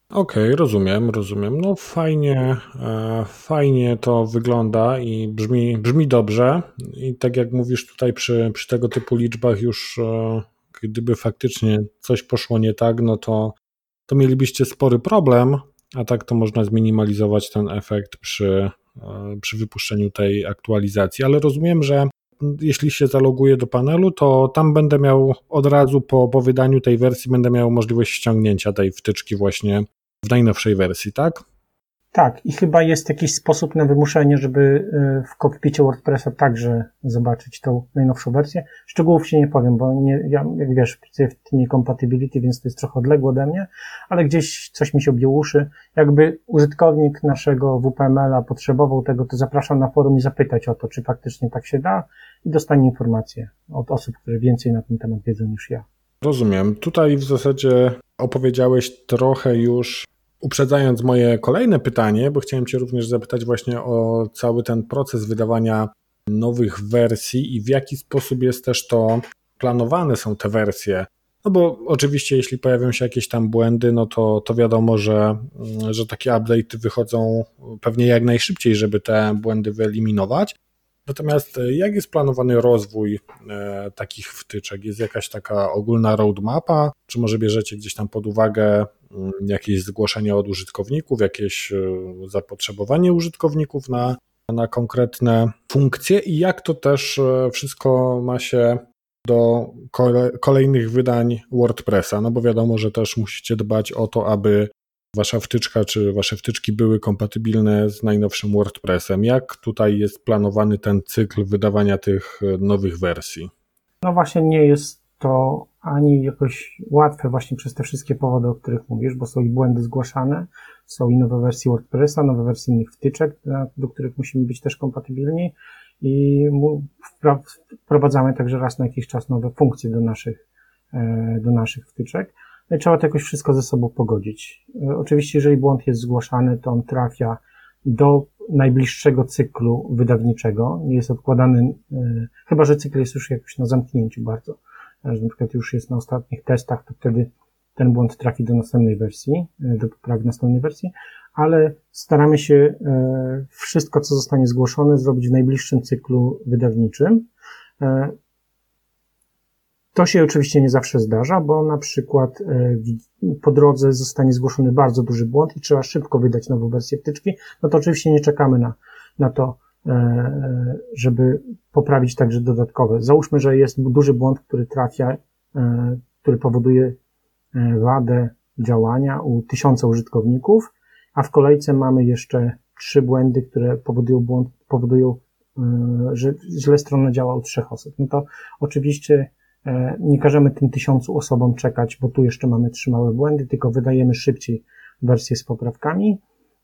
A: Okej, okay, rozumiem, rozumiem. No fajnie, e, fajnie to wygląda i brzmi, brzmi dobrze. I tak jak mówisz tutaj przy, przy tego typu liczbach już, e, gdyby faktycznie coś poszło nie tak, no to, to mielibyście spory problem, a tak to można zminimalizować ten efekt przy, e, przy wypuszczeniu tej aktualizacji. Ale rozumiem, że jeśli się zaloguję do panelu, to tam będę miał od razu po, po wydaniu tej wersji będę miał możliwość ściągnięcia tej wtyczki właśnie w najnowszej wersji, tak?
B: Tak, i chyba jest jakiś sposób na wymuszenie, żeby w kokpicie WordPressa także zobaczyć tą najnowszą wersję. Szczegółów się nie powiem, bo nie, ja, jak wiesz, pracuję w teamie compatibility, więc to jest trochę odległe ode mnie, ale gdzieś coś mi się obiło uszy. Jakby użytkownik naszego W P M L a potrzebował tego, to zapraszam na forum i zapytać o to, czy faktycznie tak się da i dostanie informacje od osób, które więcej na ten temat wiedzą niż ja.
A: Rozumiem. Tutaj w zasadzie opowiedziałeś trochę już, uprzedzając moje kolejne pytanie, bo chciałem Cię również zapytać właśnie o cały ten proces wydawania nowych wersji i w jaki sposób jest też to planowane są te wersje. No bo oczywiście jeśli pojawią się jakieś tam błędy, no to, to wiadomo, że, że takie update'y wychodzą pewnie jak najszybciej, żeby te błędy wyeliminować. Natomiast jak jest planowany rozwój e, takich wtyczek? Jest jakaś taka ogólna roadmapa? Czy może bierzecie gdzieś tam pod uwagę m, jakieś zgłoszenia od użytkowników, jakieś e, zapotrzebowanie użytkowników na, na konkretne funkcje i jak to też e, wszystko ma się do kole, kolejnych wydań WordPressa? No bo wiadomo, że też musicie dbać o to, aby wasza wtyczka czy wasze wtyczki były kompatybilne z najnowszym WordPressem. Jak tutaj jest planowany ten cykl wydawania tych nowych wersji?
B: No właśnie nie jest to ani jakoś łatwe właśnie przez te wszystkie powody, o których mówisz, bo są i błędy zgłaszane, są i nowe wersje WordPressa, nowe wersje innych wtyczek, do których musimy być też kompatybilni i wprowadzamy także raz na jakiś czas nowe funkcje do naszych, do naszych wtyczek. No i trzeba to jakoś wszystko ze sobą pogodzić. Oczywiście, jeżeli błąd jest zgłaszany, to on trafia do najbliższego cyklu wydawniczego, nie jest odkładany, chyba że cykl jest już jakoś na zamknięciu bardzo, że na przykład już jest na ostatnich testach, to wtedy ten błąd trafi do następnej wersji, do poprawy następnej wersji, ale staramy się wszystko, co zostanie zgłoszone, zrobić w najbliższym cyklu wydawniczym. To się oczywiście nie zawsze zdarza, bo na przykład po drodze zostanie zgłoszony bardzo duży błąd i trzeba szybko wydać nową wersję wtyczki, no to oczywiście nie czekamy na, na to, żeby poprawić także dodatkowe. Załóżmy, że jest duży błąd, który trafia, który powoduje wadę działania u tysiąca użytkowników, a w kolejce mamy jeszcze trzy błędy, które powodują błąd, powodują, że źle strona działa u trzech osób. No to oczywiście nie każemy tym tysiącu osobom czekać, bo tu jeszcze mamy trzy małe błędy, tylko wydajemy szybciej wersję z poprawkami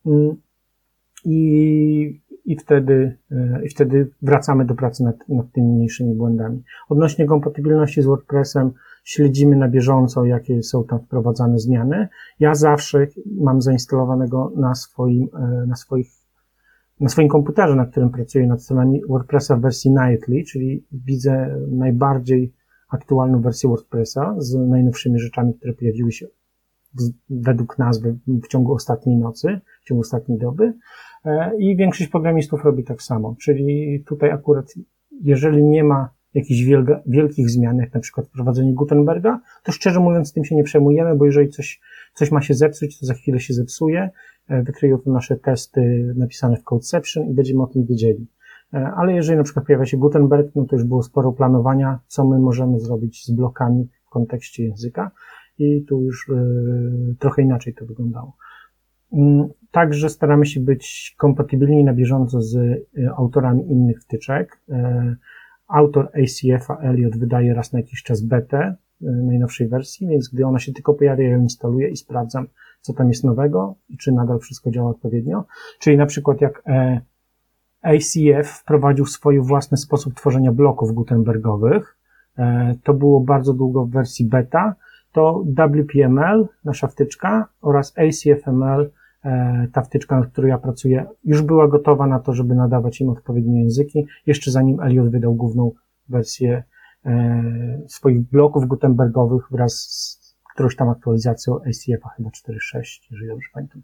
B: i, i, wtedy, i wtedy wracamy do pracy nad, nad tymi mniejszymi błędami. Odnośnie kompatybilności z WordPressem śledzimy na bieżąco, jakie są tam wprowadzane zmiany. Ja zawsze mam zainstalowanego na swoim, na swoich, na swoim komputerze, na którym pracuję nad stronami WordPressa w wersji Nightly, czyli widzę najbardziej aktualną wersję WordPressa z najnowszymi rzeczami, które pojawiły się według nazwy w ciągu ostatniej nocy, w ciągu ostatniej doby i większość programistów robi tak samo, czyli tutaj akurat jeżeli nie ma jakichś wielga, wielkich zmian, jak na przykład wprowadzenie Gutenberga, to szczerze mówiąc tym się nie przejmujemy, bo jeżeli coś, coś ma się zepsuć, to za chwilę się zepsuje, wykryją to nasze testy napisane w Codeception i będziemy o tym wiedzieli. Ale jeżeli na przykład pojawia się Gutenberg, no to już było sporo planowania, co my możemy zrobić z blokami w kontekście języka i tu już y, trochę inaczej to wyglądało. Y, także staramy się być kompatybilni na bieżąco z y, autorami innych wtyczek. Y, autor A C F a Elliot wydaje raz na jakiś czas betę y, najnowszej wersji, więc gdy ona się tylko pojawia, ja ją instaluję i sprawdzam, co tam jest nowego i czy nadal wszystko działa odpowiednio. Czyli na przykład jak y, A C F wprowadził swój własny sposób tworzenia bloków gutenbergowych. To było bardzo długo w wersji beta. To W P M L, nasza wtyczka, oraz A C F M L, ta wtyczka, nad którą ja pracuję, już była gotowa na to, żeby nadawać im odpowiednie języki, jeszcze zanim Elliot wydał główną wersję swoich bloków gutenbergowych wraz z którąś tam aktualizacją A C F a chyba cztery sześć, jeżeli dobrze pamiętam.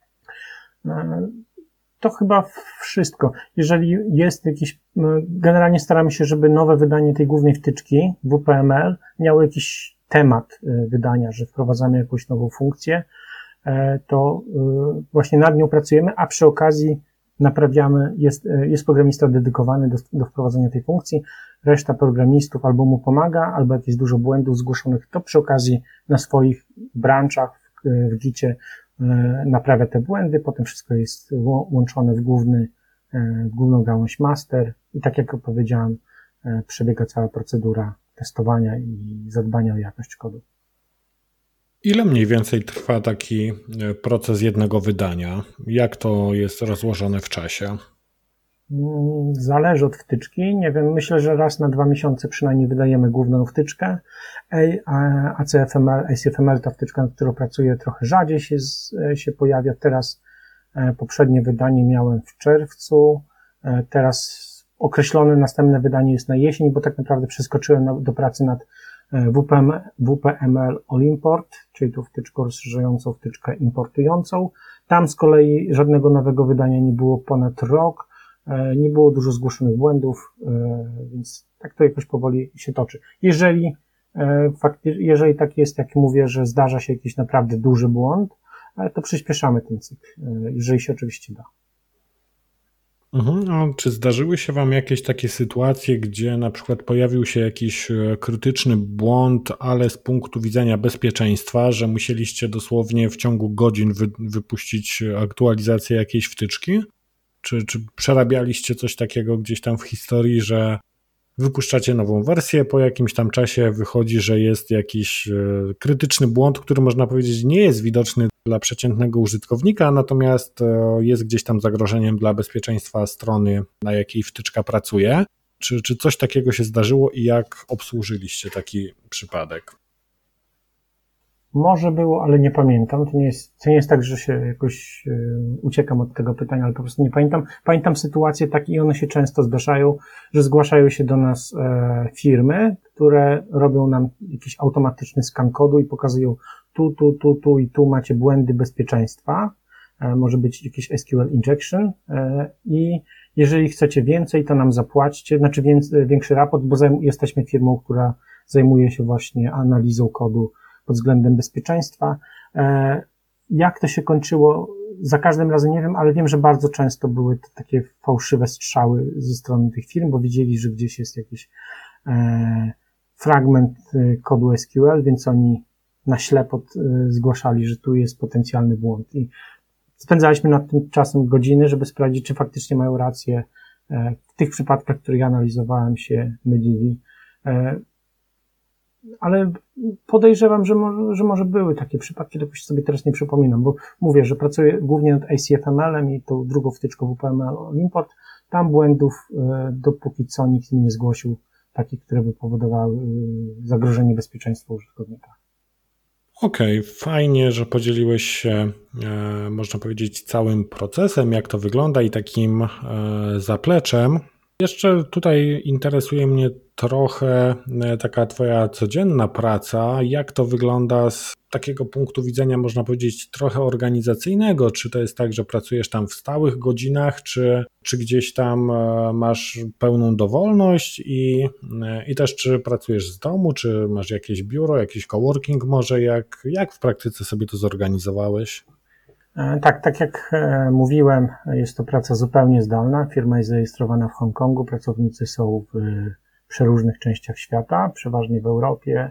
B: To chyba wszystko. Jeżeli jest jakiś, generalnie staramy się, żeby nowe wydanie tej głównej wtyczki W P M L miało jakiś temat wydania, że wprowadzamy jakąś nową funkcję, to właśnie nad nią pracujemy, a przy okazji naprawiamy, jest, jest programista dedykowany do, do wprowadzenia tej funkcji, reszta programistów albo mu pomaga, albo jak jest dużo błędów zgłoszonych, to przy okazji na swoich branchach w, w gicie naprawia te błędy, potem wszystko jest łączone w główny, w główną gałąź master i tak jak powiedziałem, przebiega cała procedura testowania i zadbania o jakość kodu.
A: Ile mniej więcej trwa taki proces jednego wydania? Jak to jest rozłożone w czasie?
B: Zależy od wtyczki. Nie wiem, myślę, że raz na dwa miesiące przynajmniej wydajemy główną wtyczkę. A C F M L, A C F M L, ta wtyczka, nad którą pracuję, trochę rzadziej się, się pojawia. Teraz poprzednie wydanie miałem w czerwcu. Teraz określone następne wydanie jest na jesień, bo tak naprawdę przeskoczyłem do pracy nad W P M L All Import, czyli tą wtyczką rozszerzającą, wtyczkę importującą. Tam z kolei żadnego nowego wydania nie było ponad rok. Nie było dużo zgłoszonych błędów, więc tak to jakoś powoli się toczy. Jeżeli, jeżeli tak jest, jak mówię, że zdarza się jakiś naprawdę duży błąd, to przyspieszamy ten cykl, jeżeli się oczywiście da.
A: Mhm. A czy zdarzyły się Wam jakieś takie sytuacje, gdzie na przykład pojawił się jakiś krytyczny błąd, ale z punktu widzenia bezpieczeństwa, że musieliście dosłownie w ciągu godzin wy, wypuścić aktualizację jakiejś wtyczki? Czy, czy przerabialiście coś takiego gdzieś tam w historii, że wypuszczacie nową wersję, po jakimś tam czasie wychodzi, że jest jakiś krytyczny błąd, który można powiedzieć nie jest widoczny dla przeciętnego użytkownika, natomiast jest gdzieś tam zagrożeniem dla bezpieczeństwa strony, na jakiej wtyczka pracuje. Czy, czy coś takiego się zdarzyło i jak obsłużyliście taki przypadek?
B: Może było, ale nie pamiętam. To nie jest, to nie jest tak, że się jakoś y, uciekam od tego pytania, ale po prostu nie pamiętam. Pamiętam sytuacje takie i one się często zdarzają, że zgłaszają się do nas e, firmy, które robią nam jakiś automatyczny skan kodu i pokazują tu, tu, tu, tu i tu macie błędy bezpieczeństwa. E, może być jakiś S Q L injection e, i jeżeli chcecie więcej, to nam zapłaćcie, znaczy więcej, większy raport, bo zajm- jesteśmy firmą, która zajmuje się właśnie analizą kodu pod względem bezpieczeństwa. Jak to się kończyło, za każdym razem nie wiem, ale wiem, że bardzo często były to takie fałszywe strzały ze strony tych firm, bo widzieli, że gdzieś jest jakiś fragment kodu S Q L, więc oni na ślepo zgłaszali, że tu jest potencjalny błąd. I spędzaliśmy nad tym czasem godziny, żeby sprawdzić, czy faktycznie mają rację. W tych przypadkach, które ja analizowałem, się mylili. Ale podejrzewam, że może, że może były takie przypadki, jakoś sobie teraz nie przypominam, bo mówię, że pracuję głównie nad A C F M L-em i tą drugą wtyczką W P M L Import. Tam błędów dopóki co nikt mi nie zgłosił, takich, które by powodowały zagrożenie bezpieczeństwa użytkownika.
A: Okej, okay, fajnie, że podzieliłeś się, e, można powiedzieć, całym procesem, jak to wygląda i takim e, zapleczem. Jeszcze tutaj interesuje mnie trochę taka Twoja codzienna praca, jak to wygląda z takiego punktu widzenia, można powiedzieć, trochę organizacyjnego. Czy to jest tak, że pracujesz tam w stałych godzinach, czy, czy gdzieś tam masz pełną dowolność i, i też czy pracujesz z domu, czy masz jakieś biuro, jakiś coworking może, jak, jak w praktyce sobie to zorganizowałeś?
B: Tak, tak jak mówiłem, jest to praca zupełnie zdalna. Firma jest zarejestrowana w Hongkongu, pracownicy są w przeróżnych częściach świata, przeważnie w Europie,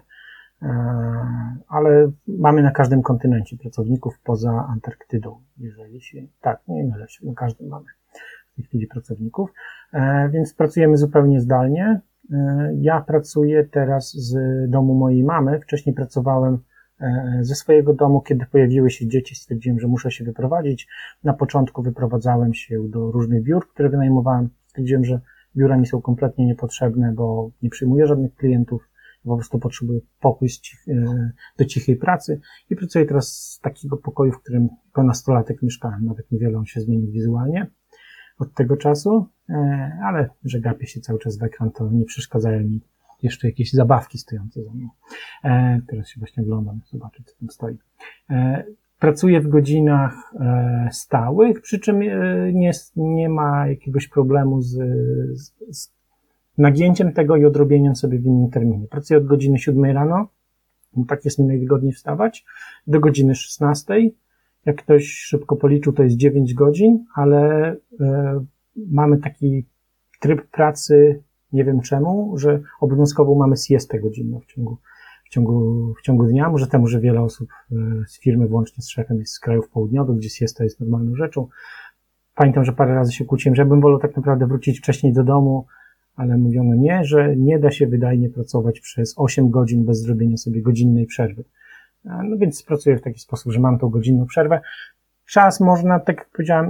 B: ale mamy na każdym kontynencie pracowników poza Antarktydą, jeżeli się, tak, nie mylę się, na każdym mamy w tej chwili pracowników, więc pracujemy zupełnie zdalnie. Ja pracuję teraz z domu mojej mamy, wcześniej pracowałem ze swojego domu, kiedy pojawiły się dzieci, stwierdziłem, że muszę się wyprowadzić. Na początku wyprowadzałem się do różnych biur, które wynajmowałem. Stwierdziłem, że biura mi są kompletnie niepotrzebne, bo nie przyjmuję żadnych klientów. Po prostu potrzebuję pokój do cichej pracy i pracuję teraz z takiego pokoju, w którym jako nastolatek mieszkałem. Nawet niewiele on się zmienił wizualnie od tego czasu, ale że gapię się cały czas w ekran, to nie przeszkadzają mi jeszcze jakieś zabawki stojące za mną. E, teraz się właśnie oglądam, zobaczę, co tam stoi. E, pracuję w godzinach e, stałych, przy czym e, nie, nie ma jakiegoś problemu z, z, z nagięciem tego i odrobieniem sobie w innym terminie. Pracuję od godziny siódmej rano, bo tak jest mi najwygodniej wstawać, do godziny szesnastej. Jak ktoś szybko policzył, to jest dziewięć godzin, ale e, mamy taki tryb pracy, nie wiem czemu, że obowiązkowo mamy siestę godzinną w ciągu, w ciągu, w ciągu dnia. Może temu, że wiele osób z firmy, włącznie z szefem, jest z krajów południowych, gdzie siesta jest normalną rzeczą. Pamiętam, że parę razy się kłóciłem, że ja bym wolał tak naprawdę wrócić wcześniej do domu, ale mówiono nie, że nie da się wydajnie pracować przez osiem godzin bez zrobienia sobie godzinnej przerwy. No więc pracuję w taki sposób, że mam tą godzinną przerwę. Czas można, tak jak powiedziałem,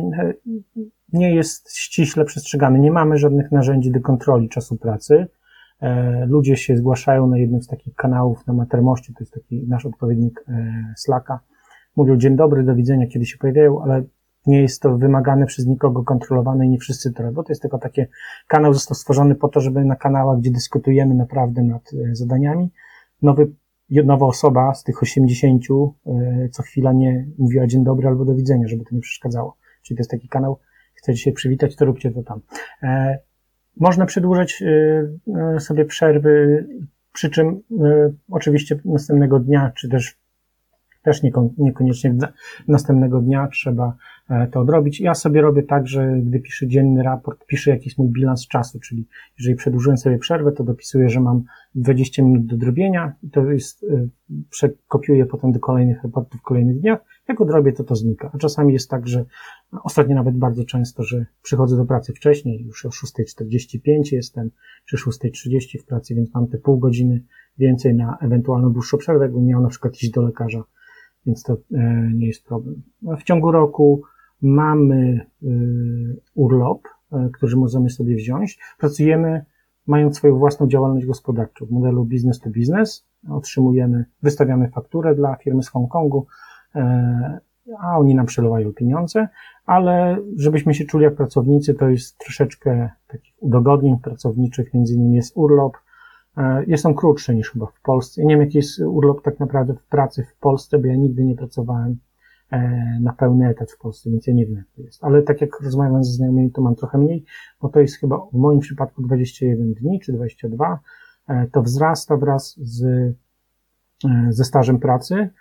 B: nie jest ściśle przestrzegany. Nie mamy żadnych narzędzi do kontroli czasu pracy. Ludzie się zgłaszają na jednym z takich kanałów na Mattermoście, to jest taki nasz odpowiednik Slacka. Mówią dzień dobry, do widzenia, kiedy się pojawiają, ale nie jest to wymagane przez nikogo, kontrolowane i nie wszyscy to robią. To jest tylko taki kanał został stworzony po to, żeby na kanałach, gdzie dyskutujemy naprawdę nad zadaniami, nowy, nowa osoba z tych osiemdziesięciu co chwila nie mówiła dzień dobry albo do widzenia, żeby to nie przeszkadzało. Czyli to jest taki kanał, chcecie się przywitać, to róbcie to tam. E, można przedłużać e, sobie przerwy, przy czym e, oczywiście następnego dnia, czy też też niekon, niekoniecznie następnego dnia trzeba e, to odrobić. Ja sobie robię tak, że gdy piszę dzienny raport, piszę jakiś mój bilans czasu, czyli jeżeli przedłużyłem sobie przerwę, to dopisuję, że mam dwadzieścia minut do drobienia i to jest, e, przekopiuję potem do kolejnych raportów w kolejnych dniach. Jak odrobię, to to znika. A czasami jest tak, że ostatnio nawet bardzo często, że przychodzę do pracy wcześniej, już o szósta czterdzieści pięć jestem, czy szósta trzydzieści w pracy, więc mam te pół godziny więcej na ewentualną dłuższą przerwę, jakbym miał na przykład iść do lekarza, więc to e, nie jest problem. W ciągu roku mamy e, urlop, e, który możemy sobie wziąć. Pracujemy mając swoją własną działalność gospodarczą w modelu business to business. Otrzymujemy, wystawiamy fakturę dla firmy z Hongkongu, e, a oni nam przelewają pieniądze, ale żebyśmy się czuli jak pracownicy, to jest troszeczkę takich udogodnień pracowniczych, między innymi jest urlop. Jest on krótszy niż chyba w Polsce. Ja nie wiem, jaki jest urlop tak naprawdę w pracy w Polsce, bo ja nigdy nie pracowałem na pełny etat w Polsce, więc ja nie wiem, jak to jest. Ale tak jak rozmawiam ze znajomymi, to mam trochę mniej, bo to jest chyba w moim przypadku dwadzieścia jeden dni, czy dwadzieścia dwa. To wzrasta wraz z, ze stażem pracy.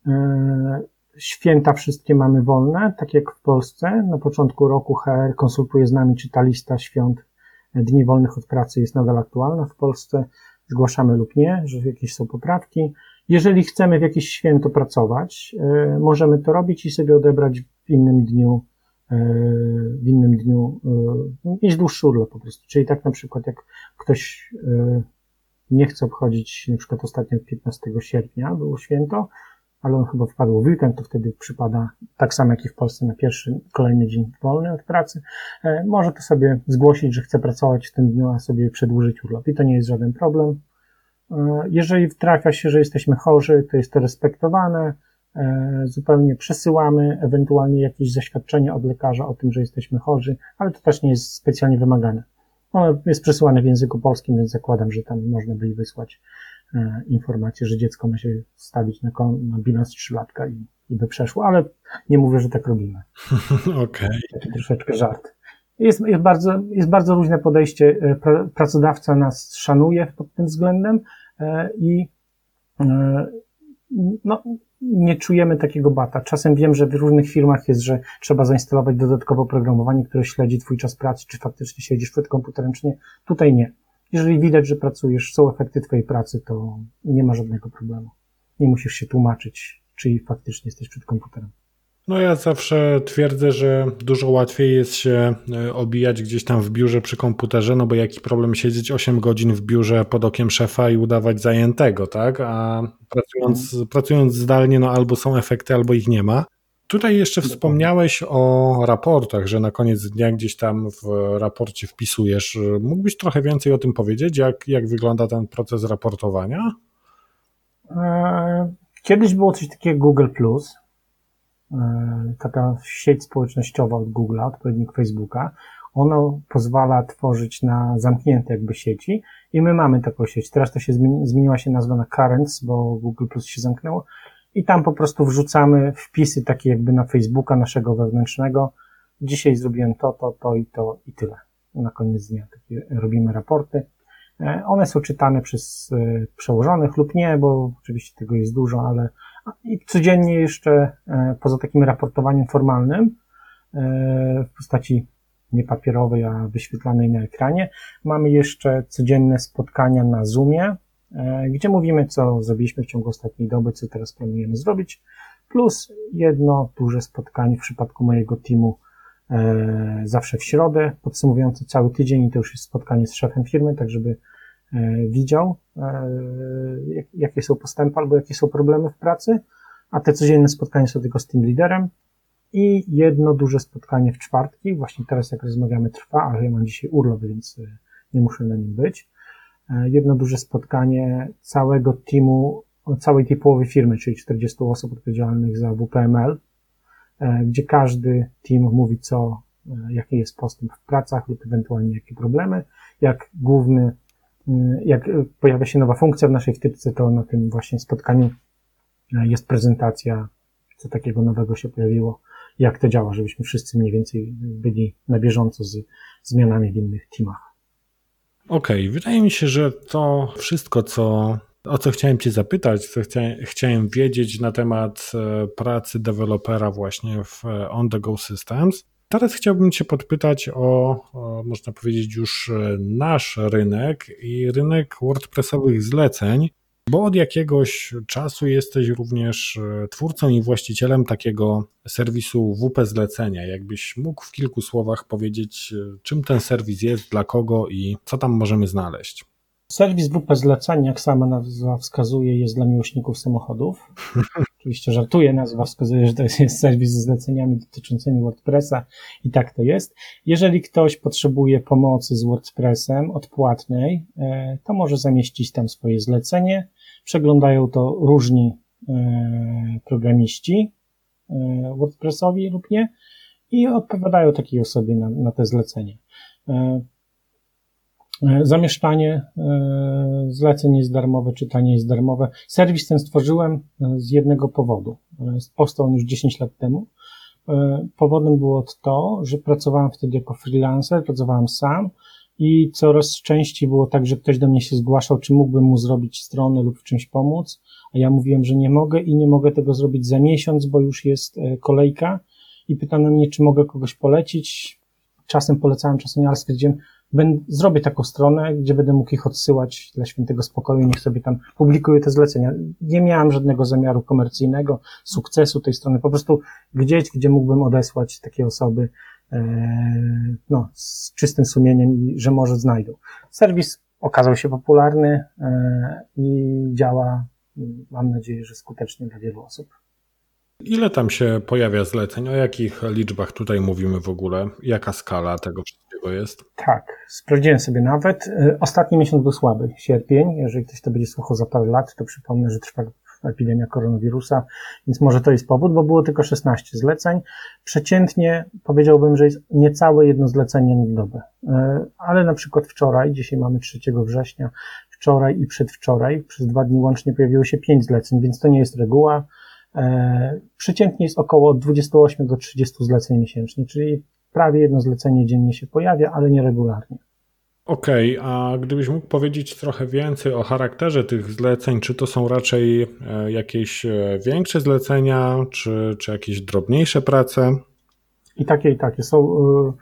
B: Święta wszystkie mamy wolne, tak jak w Polsce. Na początku roku H R konsultuje z nami, czy ta lista świąt dni wolnych od pracy jest nadal aktualna w Polsce. Zgłaszamy lub nie, że jakieś są poprawki. Jeżeli chcemy w jakieś święto pracować, y, możemy to robić i sobie odebrać w innym dniu, y, w innym dniu, y, mieć dłuższy urlop po prostu. Czyli tak na przykład jak ktoś y, nie chce obchodzić, na przykład ostatnio piętnastego sierpnia było święto, ale on chyba wpadł w weekend, to wtedy przypada tak samo jak i w Polsce na pierwszy, kolejny dzień wolny od pracy. E, może to sobie zgłosić, że chce pracować w tym dniu, a sobie przedłużyć urlop i to nie jest żaden problem. E, jeżeli trafia się, że jesteśmy chorzy, to jest to respektowane, e, zupełnie przesyłamy ewentualnie jakieś zaświadczenie od lekarza o tym, że jesteśmy chorzy, ale to też nie jest specjalnie wymagane. Ono jest przesyłane w języku polskim, więc zakładam, że tam można by wysłać informację, że dziecko ma się wstawić na, na bilans trzylatka i, i by przeszło, ale nie mówię, że tak robimy.
A: Okej. Okay.
B: Taki troszeczkę żart. Jest, jest, bardzo, jest bardzo różne podejście. Pra, pracodawca nas szanuje pod tym względem i no, nie czujemy takiego bata. Czasem wiem, że w różnych firmach jest, że trzeba zainstalować dodatkowe oprogramowanie, które śledzi twój czas pracy, czy faktycznie siedzisz przed komputerem, czy nie. Tutaj nie. Jeżeli widać, że pracujesz, są efekty twojej pracy, to nie ma żadnego problemu. Nie musisz się tłumaczyć, czy faktycznie jesteś przed komputerem.
A: No ja zawsze twierdzę, że dużo łatwiej jest się obijać gdzieś tam w biurze przy komputerze, no bo jaki problem siedzieć osiem godzin w biurze pod okiem szefa i udawać zajętego, tak? A pracując, hmm. pracując zdalnie, no albo są efekty, albo ich nie ma. Tutaj jeszcze wspomniałeś o raportach, że na koniec dnia gdzieś tam w raporcie wpisujesz. Mógłbyś trochę więcej o tym powiedzieć, jak, jak wygląda ten proces raportowania?
B: Kiedyś było coś takiego Google plus, taka sieć społecznościowa od Google'a, odpowiednik Facebooka. ono pozwala tworzyć na zamknięte jakby sieci i my mamy taką sieć. Teraz to się zmieni, zmieniła się nazwa na Currents, bo Google Plus się zamknęło i tam po prostu wrzucamy wpisy takie jakby na Facebooka naszego wewnętrznego. Dzisiaj zrobiłem to, to, to i to i tyle. Na koniec dnia takie robimy raporty. One są czytane przez przełożonych lub nie, bo oczywiście tego jest dużo, ale i codziennie jeszcze poza takim raportowaniem formalnym w postaci nie papierowej, a wyświetlanej na ekranie, mamy jeszcze codzienne spotkania na Zoomie, gdzie mówimy, co zrobiliśmy w ciągu ostatniej doby, co teraz planujemy zrobić, plus jedno duże spotkanie w przypadku mojego teamu zawsze w środę, podsumowujące cały tydzień i to już jest spotkanie z szefem firmy, tak żeby widział, jakie są postępy albo jakie są problemy w pracy, a te codzienne spotkania są tylko z team leaderem i jedno duże spotkanie w czwartki, właśnie teraz jak rozmawiamy trwa, ale ja mam dzisiaj urlop, więc nie muszę na nim być. Jedno duże spotkanie całego teamu, całej tej połowy firmy, czyli czterdziestu osób odpowiedzialnych za W P M L, gdzie każdy team mówi, co, jaki jest postęp w pracach lub ewentualnie jakie problemy. Jak główny, jak pojawia się nowa funkcja w naszej wtyczce, to na tym właśnie spotkaniu jest prezentacja, co takiego nowego się pojawiło, jak to działa, żebyśmy wszyscy mniej więcej byli na bieżąco z zmianami w innych teamach.
A: Okej, okay, wydaje mi się, że to wszystko, co o co chciałem Cię zapytać, co chciałem, chciałem wiedzieć na temat pracy dewelopera właśnie w On The Go Systems. Teraz chciałbym Cię podpytać o, o, można powiedzieć, już nasz rynek i rynek WordPressowych zleceń, bo od jakiegoś czasu jesteś również twórcą i właścicielem takiego serwisu W P Zlecenia. Jakbyś mógł w kilku słowach powiedzieć, czym ten serwis jest, dla kogo i co tam możemy znaleźć?
B: Serwis W P Zlecenia, jak sama nazwa wskazuje, jest dla miłośników samochodów. Oczywiście żartuję, nazwa wskazuje, że to jest serwis ze zleceniami dotyczącymi WordPressa i tak to jest. Jeżeli ktoś potrzebuje pomocy z WordPressem odpłatnej, to może zamieścić tam swoje zlecenie. Przeglądają to różni programiści WordPressowi lub nie i odpowiadają takiej osobie na, na te zlecenie. Zamieszczanie zleceń jest darmowe, czytanie jest darmowe. Serwis ten stworzyłem z jednego powodu. Powstał on już dziesięć lat temu. Powodem było to, że pracowałem wtedy jako freelancer, pracowałem sam i coraz częściej było tak, że ktoś do mnie się zgłaszał, czy mógłbym mu zrobić stronę lub w czymś pomóc, a ja mówiłem, że nie mogę i nie mogę tego zrobić za miesiąc, bo już jest kolejka i pytano mnie, czy mogę kogoś polecić. Czasem polecałem, czasem nie, ale stwierdziłem, Będę, zrobię taką stronę, gdzie będę mógł ich odsyłać dla świętego spokoju, niech sobie tam publikuję te zlecenia. Nie miałem żadnego zamiaru komercyjnego, sukcesu tej strony, po prostu gdzieś, gdzie mógłbym odesłać takie osoby e, no, z czystym sumieniem i że może znajdą. Serwis okazał się popularny e, i działa, mam nadzieję, że skutecznie dla wielu osób.
A: Ile tam się pojawia zleceń? O jakich liczbach tutaj mówimy w ogóle? Jaka skala tego wszystkiego jest?
B: Tak, sprawdziłem sobie nawet. Ostatni miesiąc był słaby, sierpień. Jeżeli ktoś to będzie słuchał za parę lat, to przypomnę, że trwa epidemia koronawirusa, więc może to jest powód, bo było tylko szesnaście zleceń. Przeciętnie powiedziałbym, że jest niecałe jedno zlecenie na dobę. Ale na przykład wczoraj, dzisiaj mamy trzeciego września, wczoraj i przedwczoraj, przez dwa dni łącznie pojawiło się pięć zleceń, więc to nie jest reguła. Przeciętnie jest około od dwudziestu ośmiu do trzydziestu zleceń miesięcznie, czyli prawie jedno zlecenie dziennie się pojawia, ale nieregularnie.
A: Okej, okay, a gdybyś mógł powiedzieć trochę więcej o charakterze tych zleceń, czy to są raczej jakieś większe zlecenia, czy, czy jakieś drobniejsze prace?
B: I takie, i takie. Są,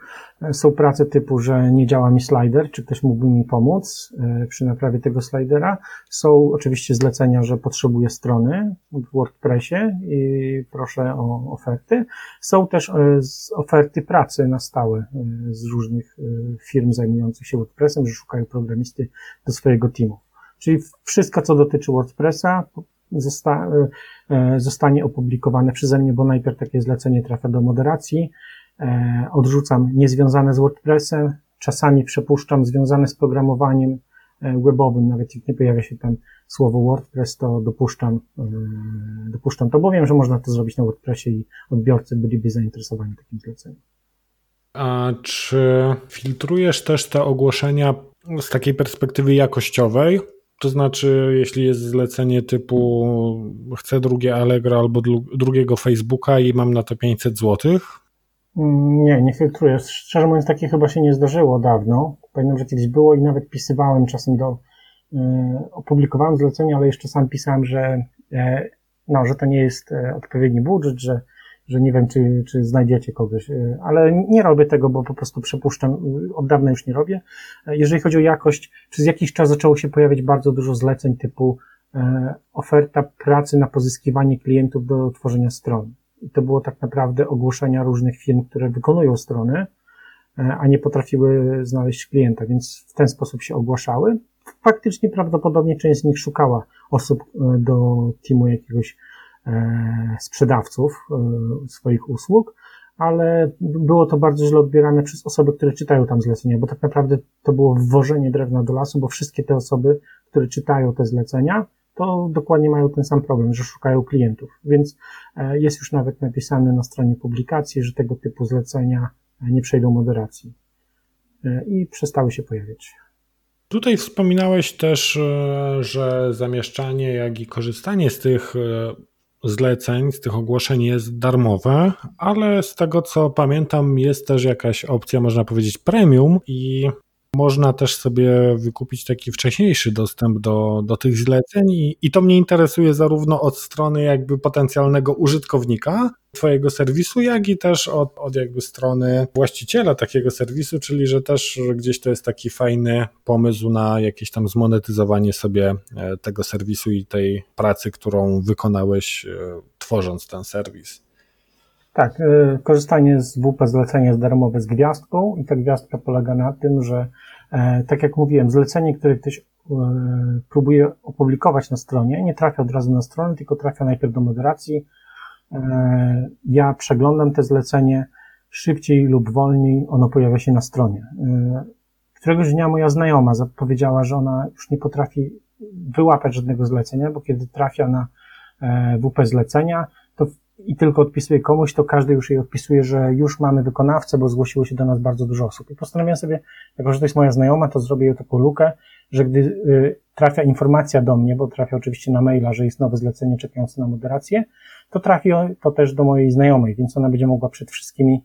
B: są prace typu, że nie działa mi slider, czy ktoś mógłby mi pomóc przy naprawie tego slidera. Są oczywiście zlecenia, że potrzebuję strony w WordPressie i proszę o oferty. Są też oferty pracy na stałe z różnych firm zajmujących się WordPressem, że szukają programisty do swojego teamu. Czyli wszystko, co dotyczy WordPressa, Zosta, zostanie opublikowane przeze mnie, bo najpierw takie zlecenie trafia do moderacji, odrzucam niezwiązane z WordPressem, czasami przepuszczam związane z programowaniem webowym, nawet jak nie pojawia się tam słowo WordPress, to dopuszczam, dopuszczam to, bo wiem, że można to zrobić na WordPressie i odbiorcy byliby zainteresowani takim zleceniem.
A: A czy filtrujesz też te ogłoszenia z takiej perspektywy jakościowej? To znaczy, jeśli jest zlecenie typu chcę drugie Allegro albo drugiego Facebooka i mam na to pięćset złotych?
B: Nie, nie filtruję. Szczerze mówiąc, takie chyba się nie zdarzyło dawno. Pamiętam, że kiedyś było i nawet pisywałem czasem do, y, opublikowałem zlecenie, ale jeszcze sam pisałem, że, y, no, że to nie jest y, odpowiedni budżet, że, że nie wiem, czy, czy znajdziecie kogoś, y, ale nie robię tego, bo po prostu przepuszczam, y, od dawna już nie robię. Y, jeżeli chodzi o jakość, przez jakiś czas zaczęło się pojawiać bardzo dużo zleceń typu y, oferta pracy na pozyskiwanie klientów do tworzenia strony. I to było tak naprawdę ogłoszenia różnych firm, które wykonują strony, a nie potrafiły znaleźć klienta, więc w ten sposób się ogłaszały. Faktycznie prawdopodobnie część z nich szukała osób do teamu jakiegoś sprzedawców swoich usług, ale było to bardzo źle odbierane przez osoby, które czytają tam zlecenia, bo tak naprawdę to było wwożenie drewna do lasu, bo wszystkie te osoby, które czytają te zlecenia, to dokładnie mają ten sam problem, że szukają klientów. Więc jest już nawet napisane na stronie publikacji, że tego typu zlecenia nie przejdą moderacji. I przestały się pojawiać.
A: Tutaj wspominałeś też, że zamieszczanie, jak i korzystanie z tych zleceń, z tych ogłoszeń jest darmowe, ale z tego co pamiętam jest też jakaś opcja, można powiedzieć premium i można też sobie wykupić taki wcześniejszy dostęp do, do tych zleceń i, i to mnie interesuje zarówno od strony jakby potencjalnego użytkownika twojego serwisu, jak i też od, od jakby strony właściciela takiego serwisu, czyli że też gdzieś to jest taki fajny pomysł na jakieś tam zmonetyzowanie sobie tego serwisu i tej pracy, którą wykonałeś tworząc ten serwis.
B: Tak, korzystanie z W P zlecenia jest darmowe z gwiazdką i ta gwiazdka polega na tym, że tak jak mówiłem, zlecenie, które ktoś próbuje opublikować na stronie, nie trafia od razu na stronę, tylko trafia najpierw do moderacji. Ja przeglądam te zlecenie, szybciej lub wolniej ono pojawia się na stronie. Któregoś dnia moja znajoma powiedziała, że ona już nie potrafi wyłapać żadnego zlecenia, bo kiedy trafia na W P zlecenia, to i tylko odpisuje komuś, to każdy już jej odpisuje, że już mamy wykonawcę, bo zgłosiło się do nas bardzo dużo osób. I postanowiłem sobie, jako że to jest moja znajoma, to zrobię jej taką lukę, że gdy y, trafia informacja do mnie, bo trafia oczywiście na maila, że jest nowe zlecenie czekające na moderację, to trafi to też do mojej znajomej, więc ona będzie mogła przed wszystkimi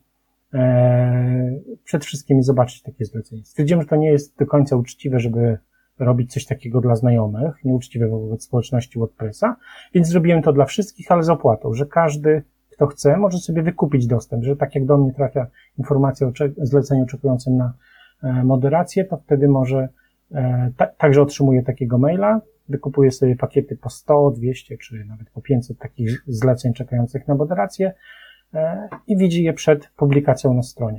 B: e, przed wszystkimi zobaczyć takie zlecenie. Stwierdziłem, że to nie jest do końca uczciwe, żeby robić coś takiego dla znajomych, nieuczciwe wobec społeczności WordPressa, więc zrobiłem to dla wszystkich, ale z opłatą, że każdy, kto chce, może sobie wykupić dostęp, że tak jak do mnie trafia informacja o zleceniu oczekującym na moderację, to wtedy może ta, także otrzymuje takiego maila, wykupuje sobie pakiety po sto, dwieście czy nawet po pięćset takich zleceń czekających na moderację i widzi je przed publikacją na stronie.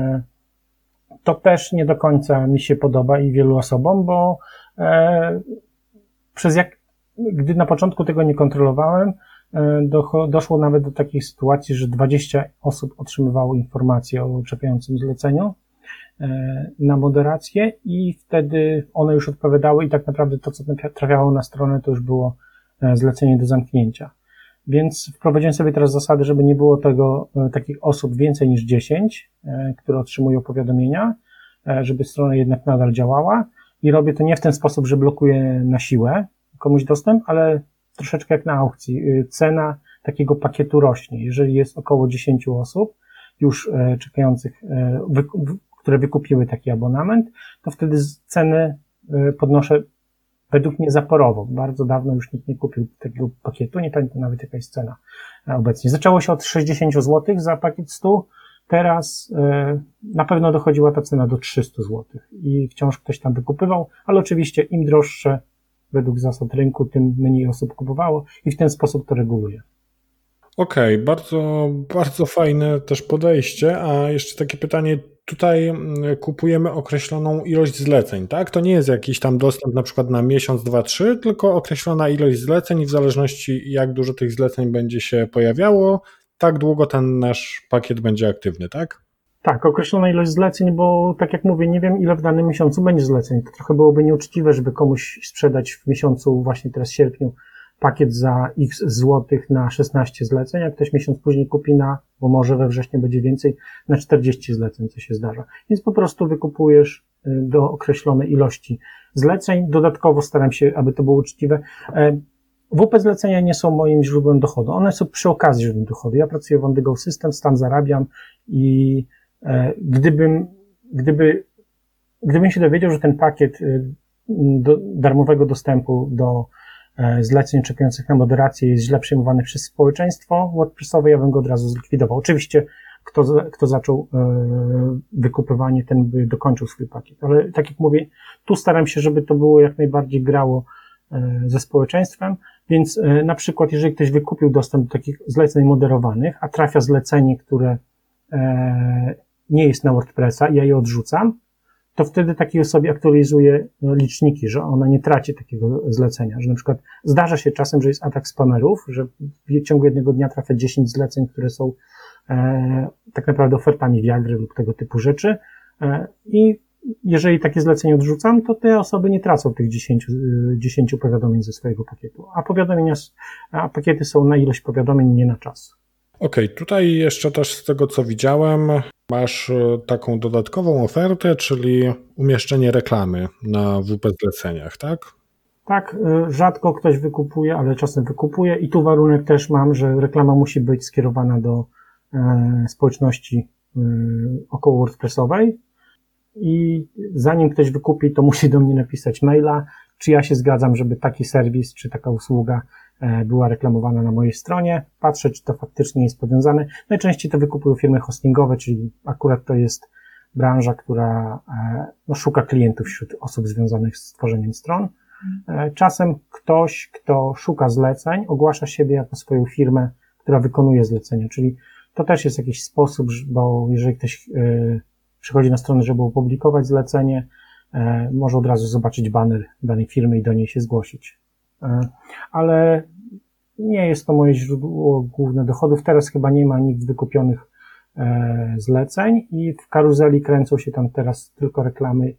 B: To też nie do końca mi się podoba i wielu osobom, bo e, przez jak, gdy na początku tego nie kontrolowałem, e, do, doszło nawet do takiej sytuacji, że dwadzieścia osób otrzymywało informacje o czekającym zleceniu e, na moderację i wtedy one już odpowiadały i tak naprawdę to, co trafiało na stronę, to już było e, zlecenie do zamknięcia. Więc wprowadziłem sobie teraz zasady, żeby nie było tego, takich osób więcej niż dziesięć, które otrzymują powiadomienia, żeby strona jednak nadal działała i robię to nie w ten sposób, że blokuję na siłę komuś dostęp, ale troszeczkę jak na aukcji. Cena takiego pakietu rośnie. Jeżeli jest około dziesięć osób już czekających, które wykupiły taki abonament, to wtedy ceny podnoszę według mnie zaporowo. Bardzo dawno już nikt nie kupił takiego pakietu, nie pamiętam nawet jaka jest cena obecnie. Zaczęło się od sześćdziesiąt złotych za pakiet stu, teraz yy, na pewno dochodziła ta cena do trzysta złotych i wciąż ktoś tam wykupywał, ale oczywiście im droższe według zasad rynku, tym mniej osób kupowało i w ten sposób to reguluje.
A: Okej, okay, bardzo, bardzo fajne też podejście, a jeszcze takie pytanie, tutaj kupujemy określoną ilość zleceń, tak? To nie jest jakiś tam dostęp na przykład na miesiąc, dwa, trzy, tylko określona ilość zleceń i w zależności jak dużo tych zleceń będzie się pojawiało, tak długo ten nasz pakiet będzie aktywny, tak?
B: Tak, określona ilość zleceń, bo tak jak mówię, nie wiem ile w danym miesiącu będzie zleceń. To trochę byłoby nieuczciwe, żeby komuś sprzedać w miesiącu, właśnie teraz sierpniu, pakiet za x złotych na szesnaście zleceń, a ktoś miesiąc później kupi na, bo może we wrześniu będzie więcej, na czterdzieści zleceń, co się zdarza. Więc po prostu wykupujesz do określonej ilości zleceń. Dodatkowo staram się, aby to było uczciwe. W P zlecenia nie są moim źródłem dochodu. One są przy okazji źródłem dochodu. Ja pracuję w OnTheGo Systems, tam zarabiam i gdybym, gdyby, gdybym się dowiedział, że ten pakiet do, darmowego dostępu do zleceń czekających na moderację jest źle przyjmowany przez społeczeństwo WordPressowe, ja bym go od razu zlikwidował. Oczywiście kto, kto zaczął wykupywanie, ten by dokończył swój pakiet. Ale tak jak mówię, tu staram się, żeby to było jak najbardziej grało ze społeczeństwem, więc na przykład jeżeli ktoś wykupił dostęp do takich zleceń moderowanych, a trafia zlecenie, które nie jest na WordPressa i ja je odrzucam, to wtedy takiej osobie aktualizuję liczniki, że ona nie traci takiego zlecenia, że na przykład zdarza się czasem, że jest atak spamerów, że w ciągu jednego dnia trafia dziesięć zleceń, które są e, tak naprawdę ofertami Viagry lub tego typu rzeczy e, i jeżeli takie zlecenie odrzucam, to te osoby nie tracą tych dziesięciu powiadomień ze swojego pakietu, a powiadomienia, a pakiety są na ilość powiadomień, nie na czas.
A: Okej, okay, tutaj jeszcze też z tego, co widziałem, masz taką dodatkową ofertę, czyli umieszczenie reklamy na W P zleceniach, tak?
B: Tak, rzadko ktoś wykupuje, ale czasem wykupuje i tu warunek też mam, że reklama musi być skierowana do e, społeczności e, około WordPressowej i zanim ktoś wykupi, to musi do mnie napisać maila, czy ja się zgadzam, żeby taki serwis, czy taka usługa była reklamowana na mojej stronie. Patrzę, czy to faktycznie jest powiązane. Najczęściej to wykupują firmy hostingowe, czyli akurat to jest branża, która no, szuka klientów wśród osób związanych z tworzeniem stron. Czasem ktoś, kto szuka zleceń, ogłasza siebie jako swoją firmę, która wykonuje zlecenia, czyli to też jest jakiś sposób, bo jeżeli ktoś przychodzi na stronę, żeby opublikować zlecenie, może od razu zobaczyć baner danej firmy i do niej się zgłosić. Ale nie jest to moje źródło główne dochodów. Teraz chyba nie ma nikt wykupionych zleceń i w karuzeli kręcą się tam teraz tylko reklamy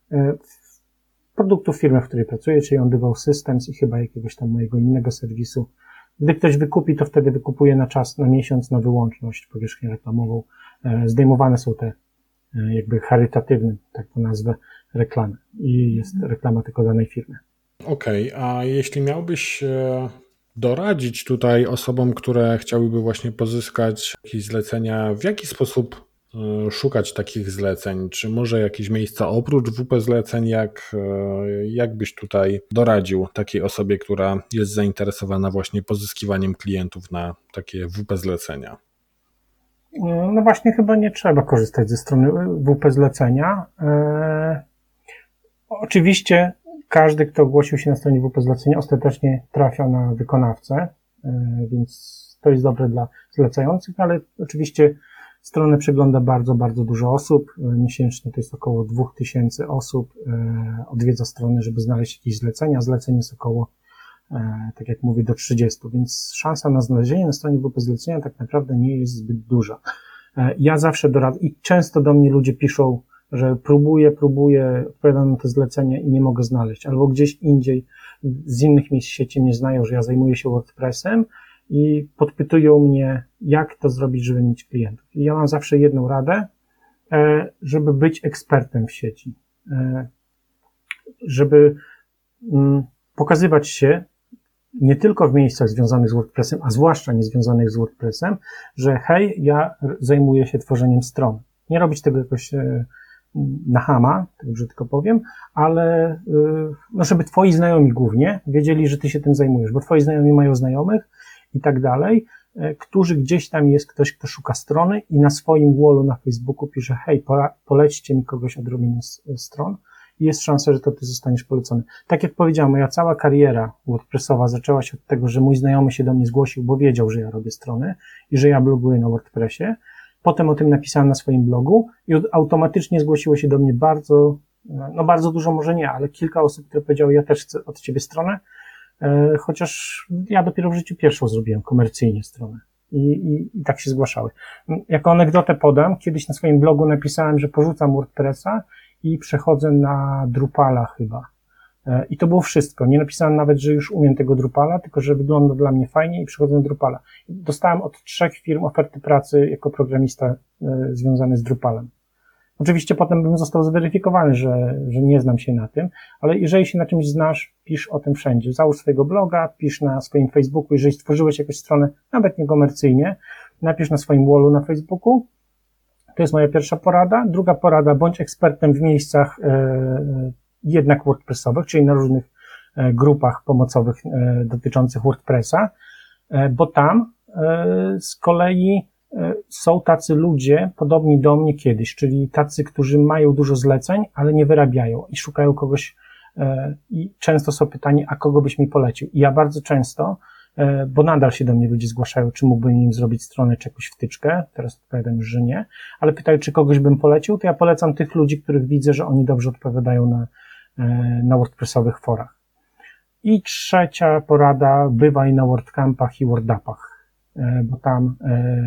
B: produktów firmy, w której pracuję, czyli OnTheGo Systems i chyba jakiegoś tam mojego innego serwisu. Gdy ktoś wykupi, to wtedy wykupuje na czas, na miesiąc, na wyłączność powierzchnię reklamową. Zdejmowane są te jakby charytatywne, tak to nazwę, reklamy i jest reklama tylko danej firmy.
A: Okej, okay, a jeśli miałbyś doradzić tutaj osobom, które chciałyby właśnie pozyskać jakieś zlecenia, w jaki sposób szukać takich zleceń? Czy może jakieś miejsca oprócz W P zleceń? Jak, jak byś tutaj doradził takiej osobie, która jest zainteresowana właśnie pozyskiwaniem klientów na takie W P zlecenia?
B: No właśnie chyba nie trzeba korzystać ze strony W P zlecenia. Eee, oczywiście każdy, kto ogłosił się na stronie W P zlecenia, ostatecznie trafia na wykonawcę, więc to jest dobre dla zlecających, ale oczywiście stronę przegląda bardzo, bardzo dużo osób. Miesięcznie to jest około dwa tysiące osób odwiedza stronę, żeby znaleźć jakieś zlecenia. Zleceń jest około, tak jak mówię, do trzydziestu, więc szansa na znalezienie na stronie W P zlecenia tak naprawdę nie jest zbyt duża. Ja zawsze doradzam i często do mnie ludzie piszą, że próbuję, próbuję, odpowiadam na te zlecenia i nie mogę znaleźć, albo gdzieś indziej z innych miejsc sieci mnie znają, że ja zajmuję się WordPressem i podpytują mnie, jak to zrobić, żeby mieć klientów. I ja mam zawsze jedną radę, żeby być ekspertem w sieci, żeby pokazywać się nie tylko w miejscach związanych z WordPressem, a zwłaszcza nie związanych z WordPressem, że hej, ja zajmuję się tworzeniem stron. Nie robić tego jakoś na chama, tak brzydko powiem, ale no, żeby twoi znajomi głównie wiedzieli, że ty się tym zajmujesz, bo twoi znajomi mają znajomych i tak dalej, którzy gdzieś tam jest ktoś, kto szuka strony i na swoim wallu na Facebooku pisze, hej, polećcie mi kogoś od robienia stron i jest szansa, że to ty zostaniesz polecony. Tak jak powiedziałem, moja cała kariera WordPressowa zaczęła się od tego, że mój znajomy się do mnie zgłosił, bo wiedział, że ja robię strony i że ja bloguję na WordPressie. Potem o tym napisałem na swoim blogu i automatycznie zgłosiło się do mnie bardzo, no bardzo dużo może nie, ale kilka osób, które powiedziały, ja też chcę od ciebie stronę, chociaż ja dopiero w życiu pierwszą zrobiłem komercyjnie stronę i, i, i tak się zgłaszały. Jako anegdotę podam, kiedyś na swoim blogu napisałem, że porzucam WordPressa i przechodzę na Drupala chyba. I to było wszystko. Nie napisałem nawet, że już umiem tego Drupala, tylko że wygląda dla mnie fajnie i przychodzę do Drupala. Dostałem od trzech firm oferty pracy jako programista związany z Drupalem. Oczywiście potem bym został zweryfikowany, że, że nie znam się na tym, ale jeżeli się na czymś znasz, pisz o tym wszędzie. Załóż swojego bloga, pisz na swoim Facebooku, jeżeli stworzyłeś jakąś stronę, nawet niekomercyjnie, napisz na swoim wallu na Facebooku. To jest moja pierwsza porada. Druga porada, bądź ekspertem w miejscach e, jednak WordPressowych, czyli na różnych e, grupach pomocowych e, dotyczących WordPressa, e, bo tam e, z kolei e, są tacy ludzie, podobni do mnie kiedyś, czyli tacy, którzy mają dużo zleceń, ale nie wyrabiają i szukają kogoś e, i często są pytani, a kogo byś mi polecił? I ja bardzo często, e, bo nadal się do mnie ludzie zgłaszają, czy mógłbym im zrobić stronę, czy jakąś wtyczkę, teraz odpowiadam już, że nie, ale pytają, czy kogoś bym polecił, to ja polecam tych ludzi, których widzę, że oni dobrze odpowiadają na na WordPressowych forach. I trzecia porada, bywaj na WordCampach i WordUpach, bo tam,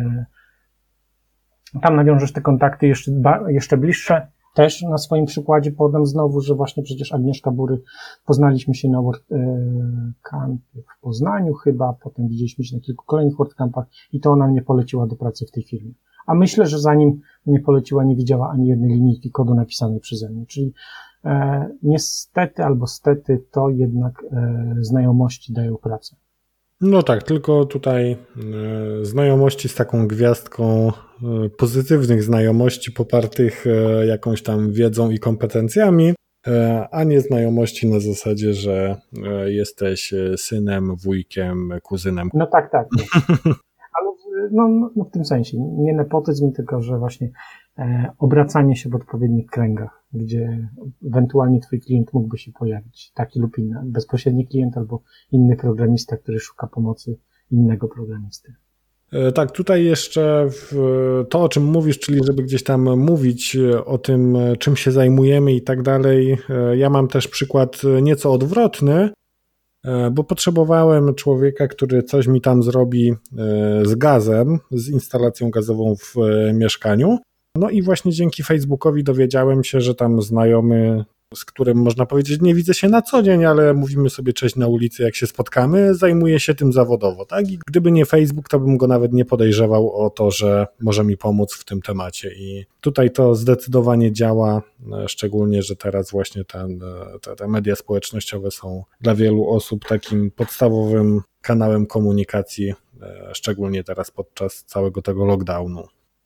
B: tam nawiążesz te kontakty jeszcze, jeszcze bliższe. Też na swoim przykładzie podam znowu, że właśnie przecież Agnieszka Bury poznaliśmy się na WordCampie w Poznaniu chyba, potem widzieliśmy się na kilku kolejnych WordCampach i to ona mnie poleciła do pracy w tej firmie. A myślę, że zanim mnie poleciła, nie widziała ani jednej linijki kodu napisanej przeze mnie, czyli E, niestety albo stety to jednak e, znajomości dają pracę.
A: No tak, tylko tutaj e, znajomości z taką gwiazdką e, pozytywnych znajomości popartych e, jakąś tam wiedzą i kompetencjami, e, a nie znajomości na zasadzie, że e, jesteś synem, wujkiem, kuzynem.
B: No tak, tak. Ale no, no w tym sensie, nie nepotyzm, tylko że właśnie e, obracanie się w odpowiednich kręgach, gdzie ewentualnie twój klient mógłby się pojawić, taki lub inny, bezpośredni klient albo inny programista, który szuka pomocy innego programisty.
A: E, tak, tutaj jeszcze w to, o czym mówisz, czyli żeby gdzieś tam mówić o tym, czym się zajmujemy i tak dalej, e, ja mam też przykład nieco odwrotny, bo potrzebowałem człowieka, który coś mi tam zrobi z gazem, z instalacją gazową w mieszkaniu. No i właśnie dzięki Facebookowi dowiedziałem się, że tam znajomy, z którym można powiedzieć nie widzę się na co dzień, ale mówimy sobie cześć na ulicy, jak się spotkamy, zajmuje się tym zawodowo, tak? I gdyby nie Facebook, to bym go nawet nie podejrzewał o to, że może mi pomóc w tym temacie. I tutaj to zdecydowanie działa, szczególnie, że teraz właśnie ten, te, te media społecznościowe są dla wielu osób takim podstawowym kanałem komunikacji, szczególnie teraz podczas całego tego lockdownu.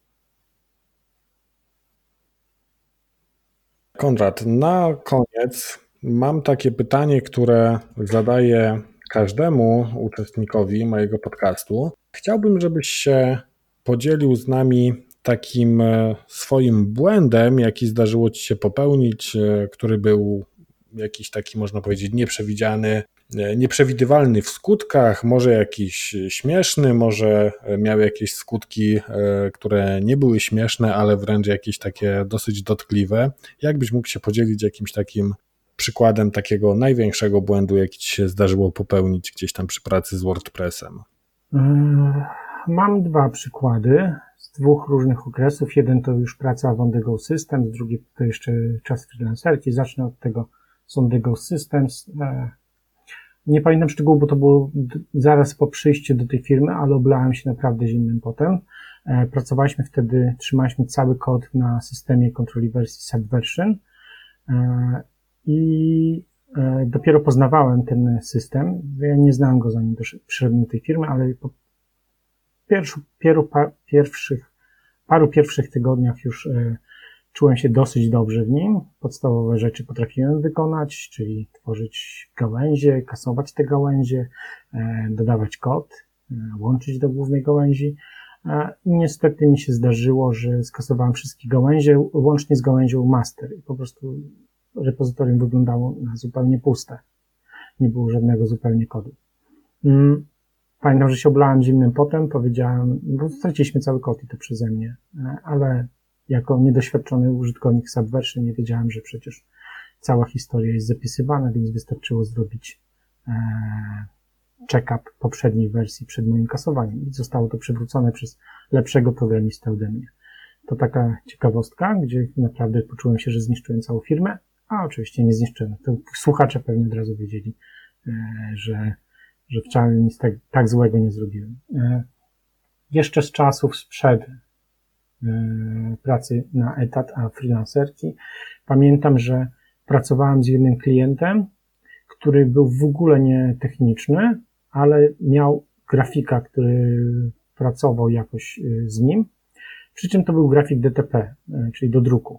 A: Konrad, na koniec mam takie pytanie, które zadaję każdemu uczestnikowi mojego podcastu. Chciałbym, żebyś się podzielił z nami takim swoim błędem, jaki zdarzyło ci się popełnić, który był jakiś taki, można powiedzieć, nieprzewidziany, nieprzewidywalny w skutkach, może jakiś śmieszny, może miał jakieś skutki, które nie były śmieszne, ale wręcz jakieś takie dosyć dotkliwe. Jak byś mógł się podzielić jakimś takim przykładem takiego największego błędu, jaki ci się zdarzyło popełnić gdzieś tam przy pracy z WordPressem?
B: Mam dwa przykłady z dwóch różnych okresów. Jeden to już praca w On The Go Systems, drugi to jeszcze czas freelancerki. Zacznę od tego z On The Go Systems. Nie pamiętam szczegółów, bo to było zaraz po przyjściu do tej firmy, ale oblałem się naprawdę zimnym potem. Pracowaliśmy wtedy, trzymaliśmy cały kod na systemie kontroli wersji Subversion i dopiero poznawałem ten system. Ja nie znałem go zanim przyszedłem do tej firmy, ale po pierwszy, paru, pierwszych, paru pierwszych tygodniach już czułem się dosyć dobrze w nim. Podstawowe rzeczy potrafiłem wykonać, czyli tworzyć gałęzie, kasować te gałęzie, dodawać kod, łączyć do głównej gałęzi. I niestety mi się zdarzyło, że skasowałem wszystkie gałęzie, łącznie z gałęzią master. I po prostu repozytorium wyglądało na zupełnie puste. Nie było żadnego zupełnie kodu. Pamiętam, że się oblałem zimnym potem, powiedziałem, bo straciliśmy cały kod i to przeze mnie, ale jako niedoświadczony użytkownik Subversion nie wiedziałem, że przecież cała historia jest zapisywana, więc wystarczyło zrobić check-up poprzedniej wersji przed moim kasowaniem i zostało to przywrócone przez lepszego programistę ode mnie. To taka ciekawostka, gdzie naprawdę poczułem się, że zniszczyłem całą firmę, A oczywiście nie zniszczymy. To słuchacze pewnie od razu wiedzieli, że, że wcale nic tak, tak złego nie zrobiłem. Jeszcze z czasów sprzed pracy na etat, a freelancerki, pamiętam, że pracowałem z jednym klientem, który był w ogóle nie techniczny, ale miał grafika, który pracował jakoś z nim, przy czym to był grafik D T P, czyli do druku.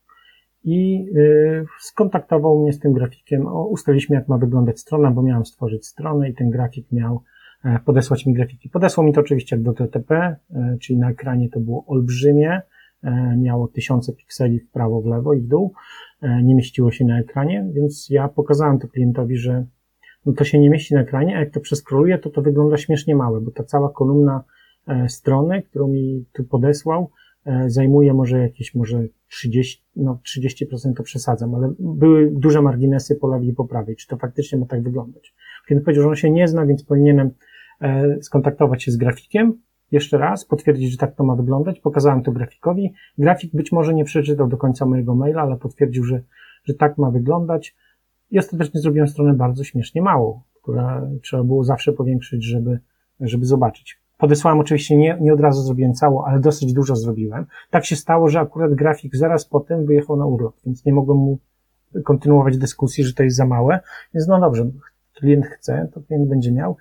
B: I skontaktował mnie z tym grafikiem, ustaliliśmy, jak ma wyglądać strona, bo miałem stworzyć stronę i ten grafik miał podesłać mi grafiki. Podesłał mi to oczywiście jak do D T P, czyli na ekranie to było olbrzymie, miało tysiące pikseli w prawo, w lewo i w dół, nie mieściło się na ekranie, więc ja pokazałem to klientowi, że no to się nie mieści na ekranie, a jak to przeskroluję, to to wygląda śmiesznie małe, bo ta cała kolumna strony, którą mi tu podesłał, zajmuje może jakieś może trzydzieści, no trzydzieści procent to przesadzam, ale były duże marginesy po lewej i po prawej. Czy to faktycznie ma tak wyglądać? Klient powiedział, że on się nie zna, więc powinienem skontaktować się z grafikiem jeszcze raz, potwierdzić, że tak to ma wyglądać. Pokazałem to grafikowi. Grafik być może nie przeczytał do końca mojego maila, ale potwierdził, że, że tak ma wyglądać. I ostatecznie zrobiłem stronę bardzo śmiesznie małą, która trzeba było zawsze powiększyć, żeby, żeby zobaczyć. Podesłałem oczywiście, nie, nie od razu zrobiłem całą, ale dosyć dużo zrobiłem. Tak się stało, że akurat grafik zaraz potem wyjechał na urlop, więc nie mogłem mu kontynuować dyskusji, że to jest za małe. Więc no dobrze, klient chce, to klient będzie miał.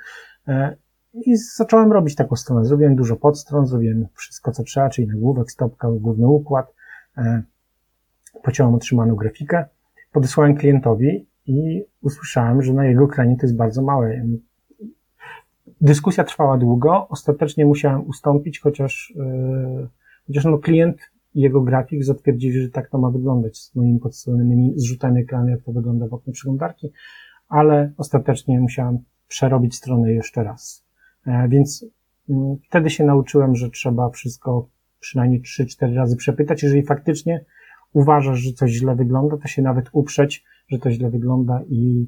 B: I zacząłem robić taką stronę. Zrobiłem dużo podstron, zrobiłem wszystko, co trzeba, czyli nagłówek, stopka, główny układ. Pociąłem otrzymaną grafikę, podesłałem klientowi i usłyszałem, że na jego ekranie to jest bardzo małe. Dyskusja trwała długo, ostatecznie musiałem ustąpić, chociaż, yy, chociaż no klient i jego grafik zatwierdzili, że tak to ma wyglądać z moimi podstawowymi zrzutami ekranu, jak to wygląda w oknie przeglądarki, ale ostatecznie musiałem przerobić stronę jeszcze raz. E, więc yy, wtedy się nauczyłem, że trzeba wszystko przynajmniej trzy cztery razy przepytać. Jeżeli faktycznie uważasz, że coś źle wygląda, to się nawet uprzeć, że to źle wygląda i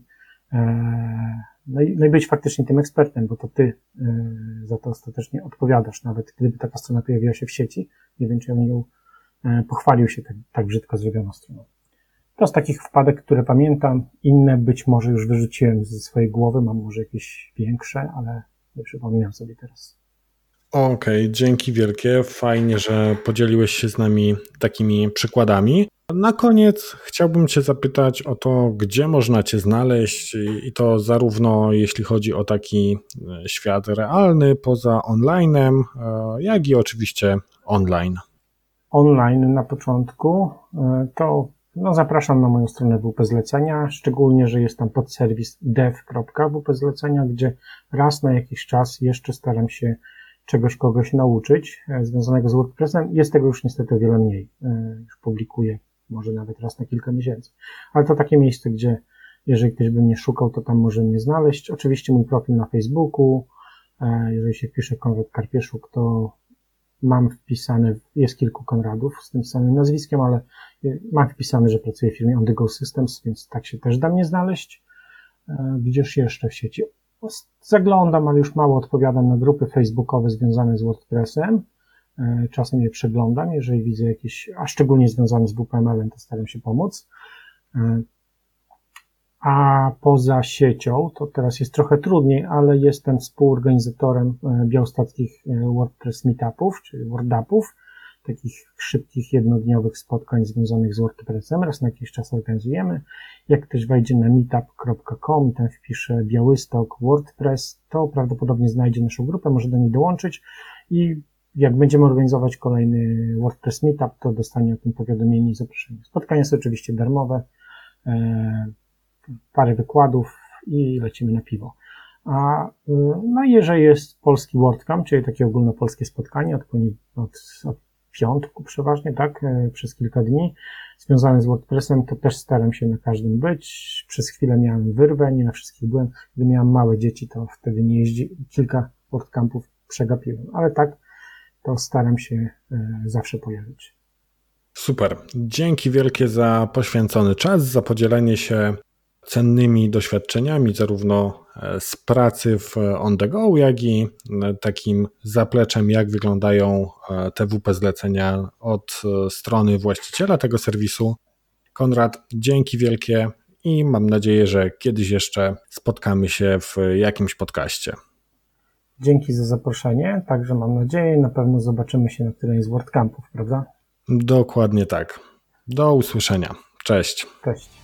B: e, No i, no i być faktycznie tym ekspertem, bo to ty y, za to ostatecznie odpowiadasz, nawet gdyby taka strona pojawiła się w sieci. Nie wiem, czy ja bym ją y, pochwalił się tak, tak brzydko zrobioną stroną. To z takich wpadek, które pamiętam. Inne być może już wyrzuciłem ze swojej głowy, mam może jakieś większe, ale nie przypominam sobie teraz.
A: Okej, okay, dzięki wielkie. Fajnie, że podzieliłeś się z nami takimi przykładami. Na koniec chciałbym Cię zapytać o to, gdzie można Cię znaleźć i to zarówno jeśli chodzi o taki świat realny poza online'em, jak i oczywiście online.
B: Online na początku to no zapraszam na moją stronę W P Zlecenia, szczególnie, że jest tam podserwis dev kropka w p zlecenia, gdzie raz na jakiś czas jeszcze staram się czegoś kogoś nauczyć związanego z WordPressem. Jest tego już niestety o wiele mniej. Już publikuję może nawet raz na kilka miesięcy. Ale to takie miejsce, gdzie jeżeli ktoś by mnie szukał, to tam może mnie znaleźć. Oczywiście mój profil na Facebooku. Jeżeli się wpisze Konrad Karpieszuk, to mam wpisane, jest kilku Konradów z tym samym nazwiskiem, ale mam wpisane, że pracuję w firmie On The Go Systems, więc tak się też da mnie znaleźć. Gdzież jeszcze w sieci? Zaglądam, ale już mało odpowiadam na grupy facebookowe związane z WordPressem. Czasem je przeglądam, jeżeli widzę jakieś, a szczególnie związane z W P M L-em, to staram się pomóc. A poza siecią, to teraz jest trochę trudniej, ale jestem współorganizatorem białostockich WordPress meetupów, czyli WordUpów, takich szybkich, jednodniowych spotkań związanych z WordPressem. Raz na jakiś czas organizujemy. Jak ktoś wejdzie na meetup kropka com i tam wpisze Białystok WordPress, to prawdopodobnie znajdzie naszą grupę, może do niej dołączyć i jak będziemy organizować kolejny WordPress Meetup, to dostanie o tym powiadomienie i zaproszenie. Spotkania są oczywiście darmowe, e, parę wykładów i lecimy na piwo. A no jeżeli jest polski WordCamp, czyli takie ogólnopolskie spotkanie od, od, od piątku przeważnie, tak, e, przez kilka dni, związane z WordPressem, to też staram się na każdym być. Przez chwilę miałem wyrwę, nie na wszystkich byłem. Gdy miałem małe dzieci, to wtedy nie jeździ, kilka WordCampów przegapiłem, ale tak, to staram się zawsze pojawić.
A: Super. Dzięki wielkie za poświęcony czas, za podzielenie się cennymi doświadczeniami zarówno z pracy w On The Go, jak i takim zapleczem, jak wyglądają te W P zlecenia od strony właściciela tego serwisu. Konrad, dzięki wielkie i mam nadzieję, że kiedyś jeszcze spotkamy się w jakimś podcaście.
B: Dzięki za zaproszenie, także mam nadzieję, na pewno zobaczymy się na którymś z WordCampów, prawda?
A: Dokładnie tak. Do usłyszenia. Cześć.
B: Cześć.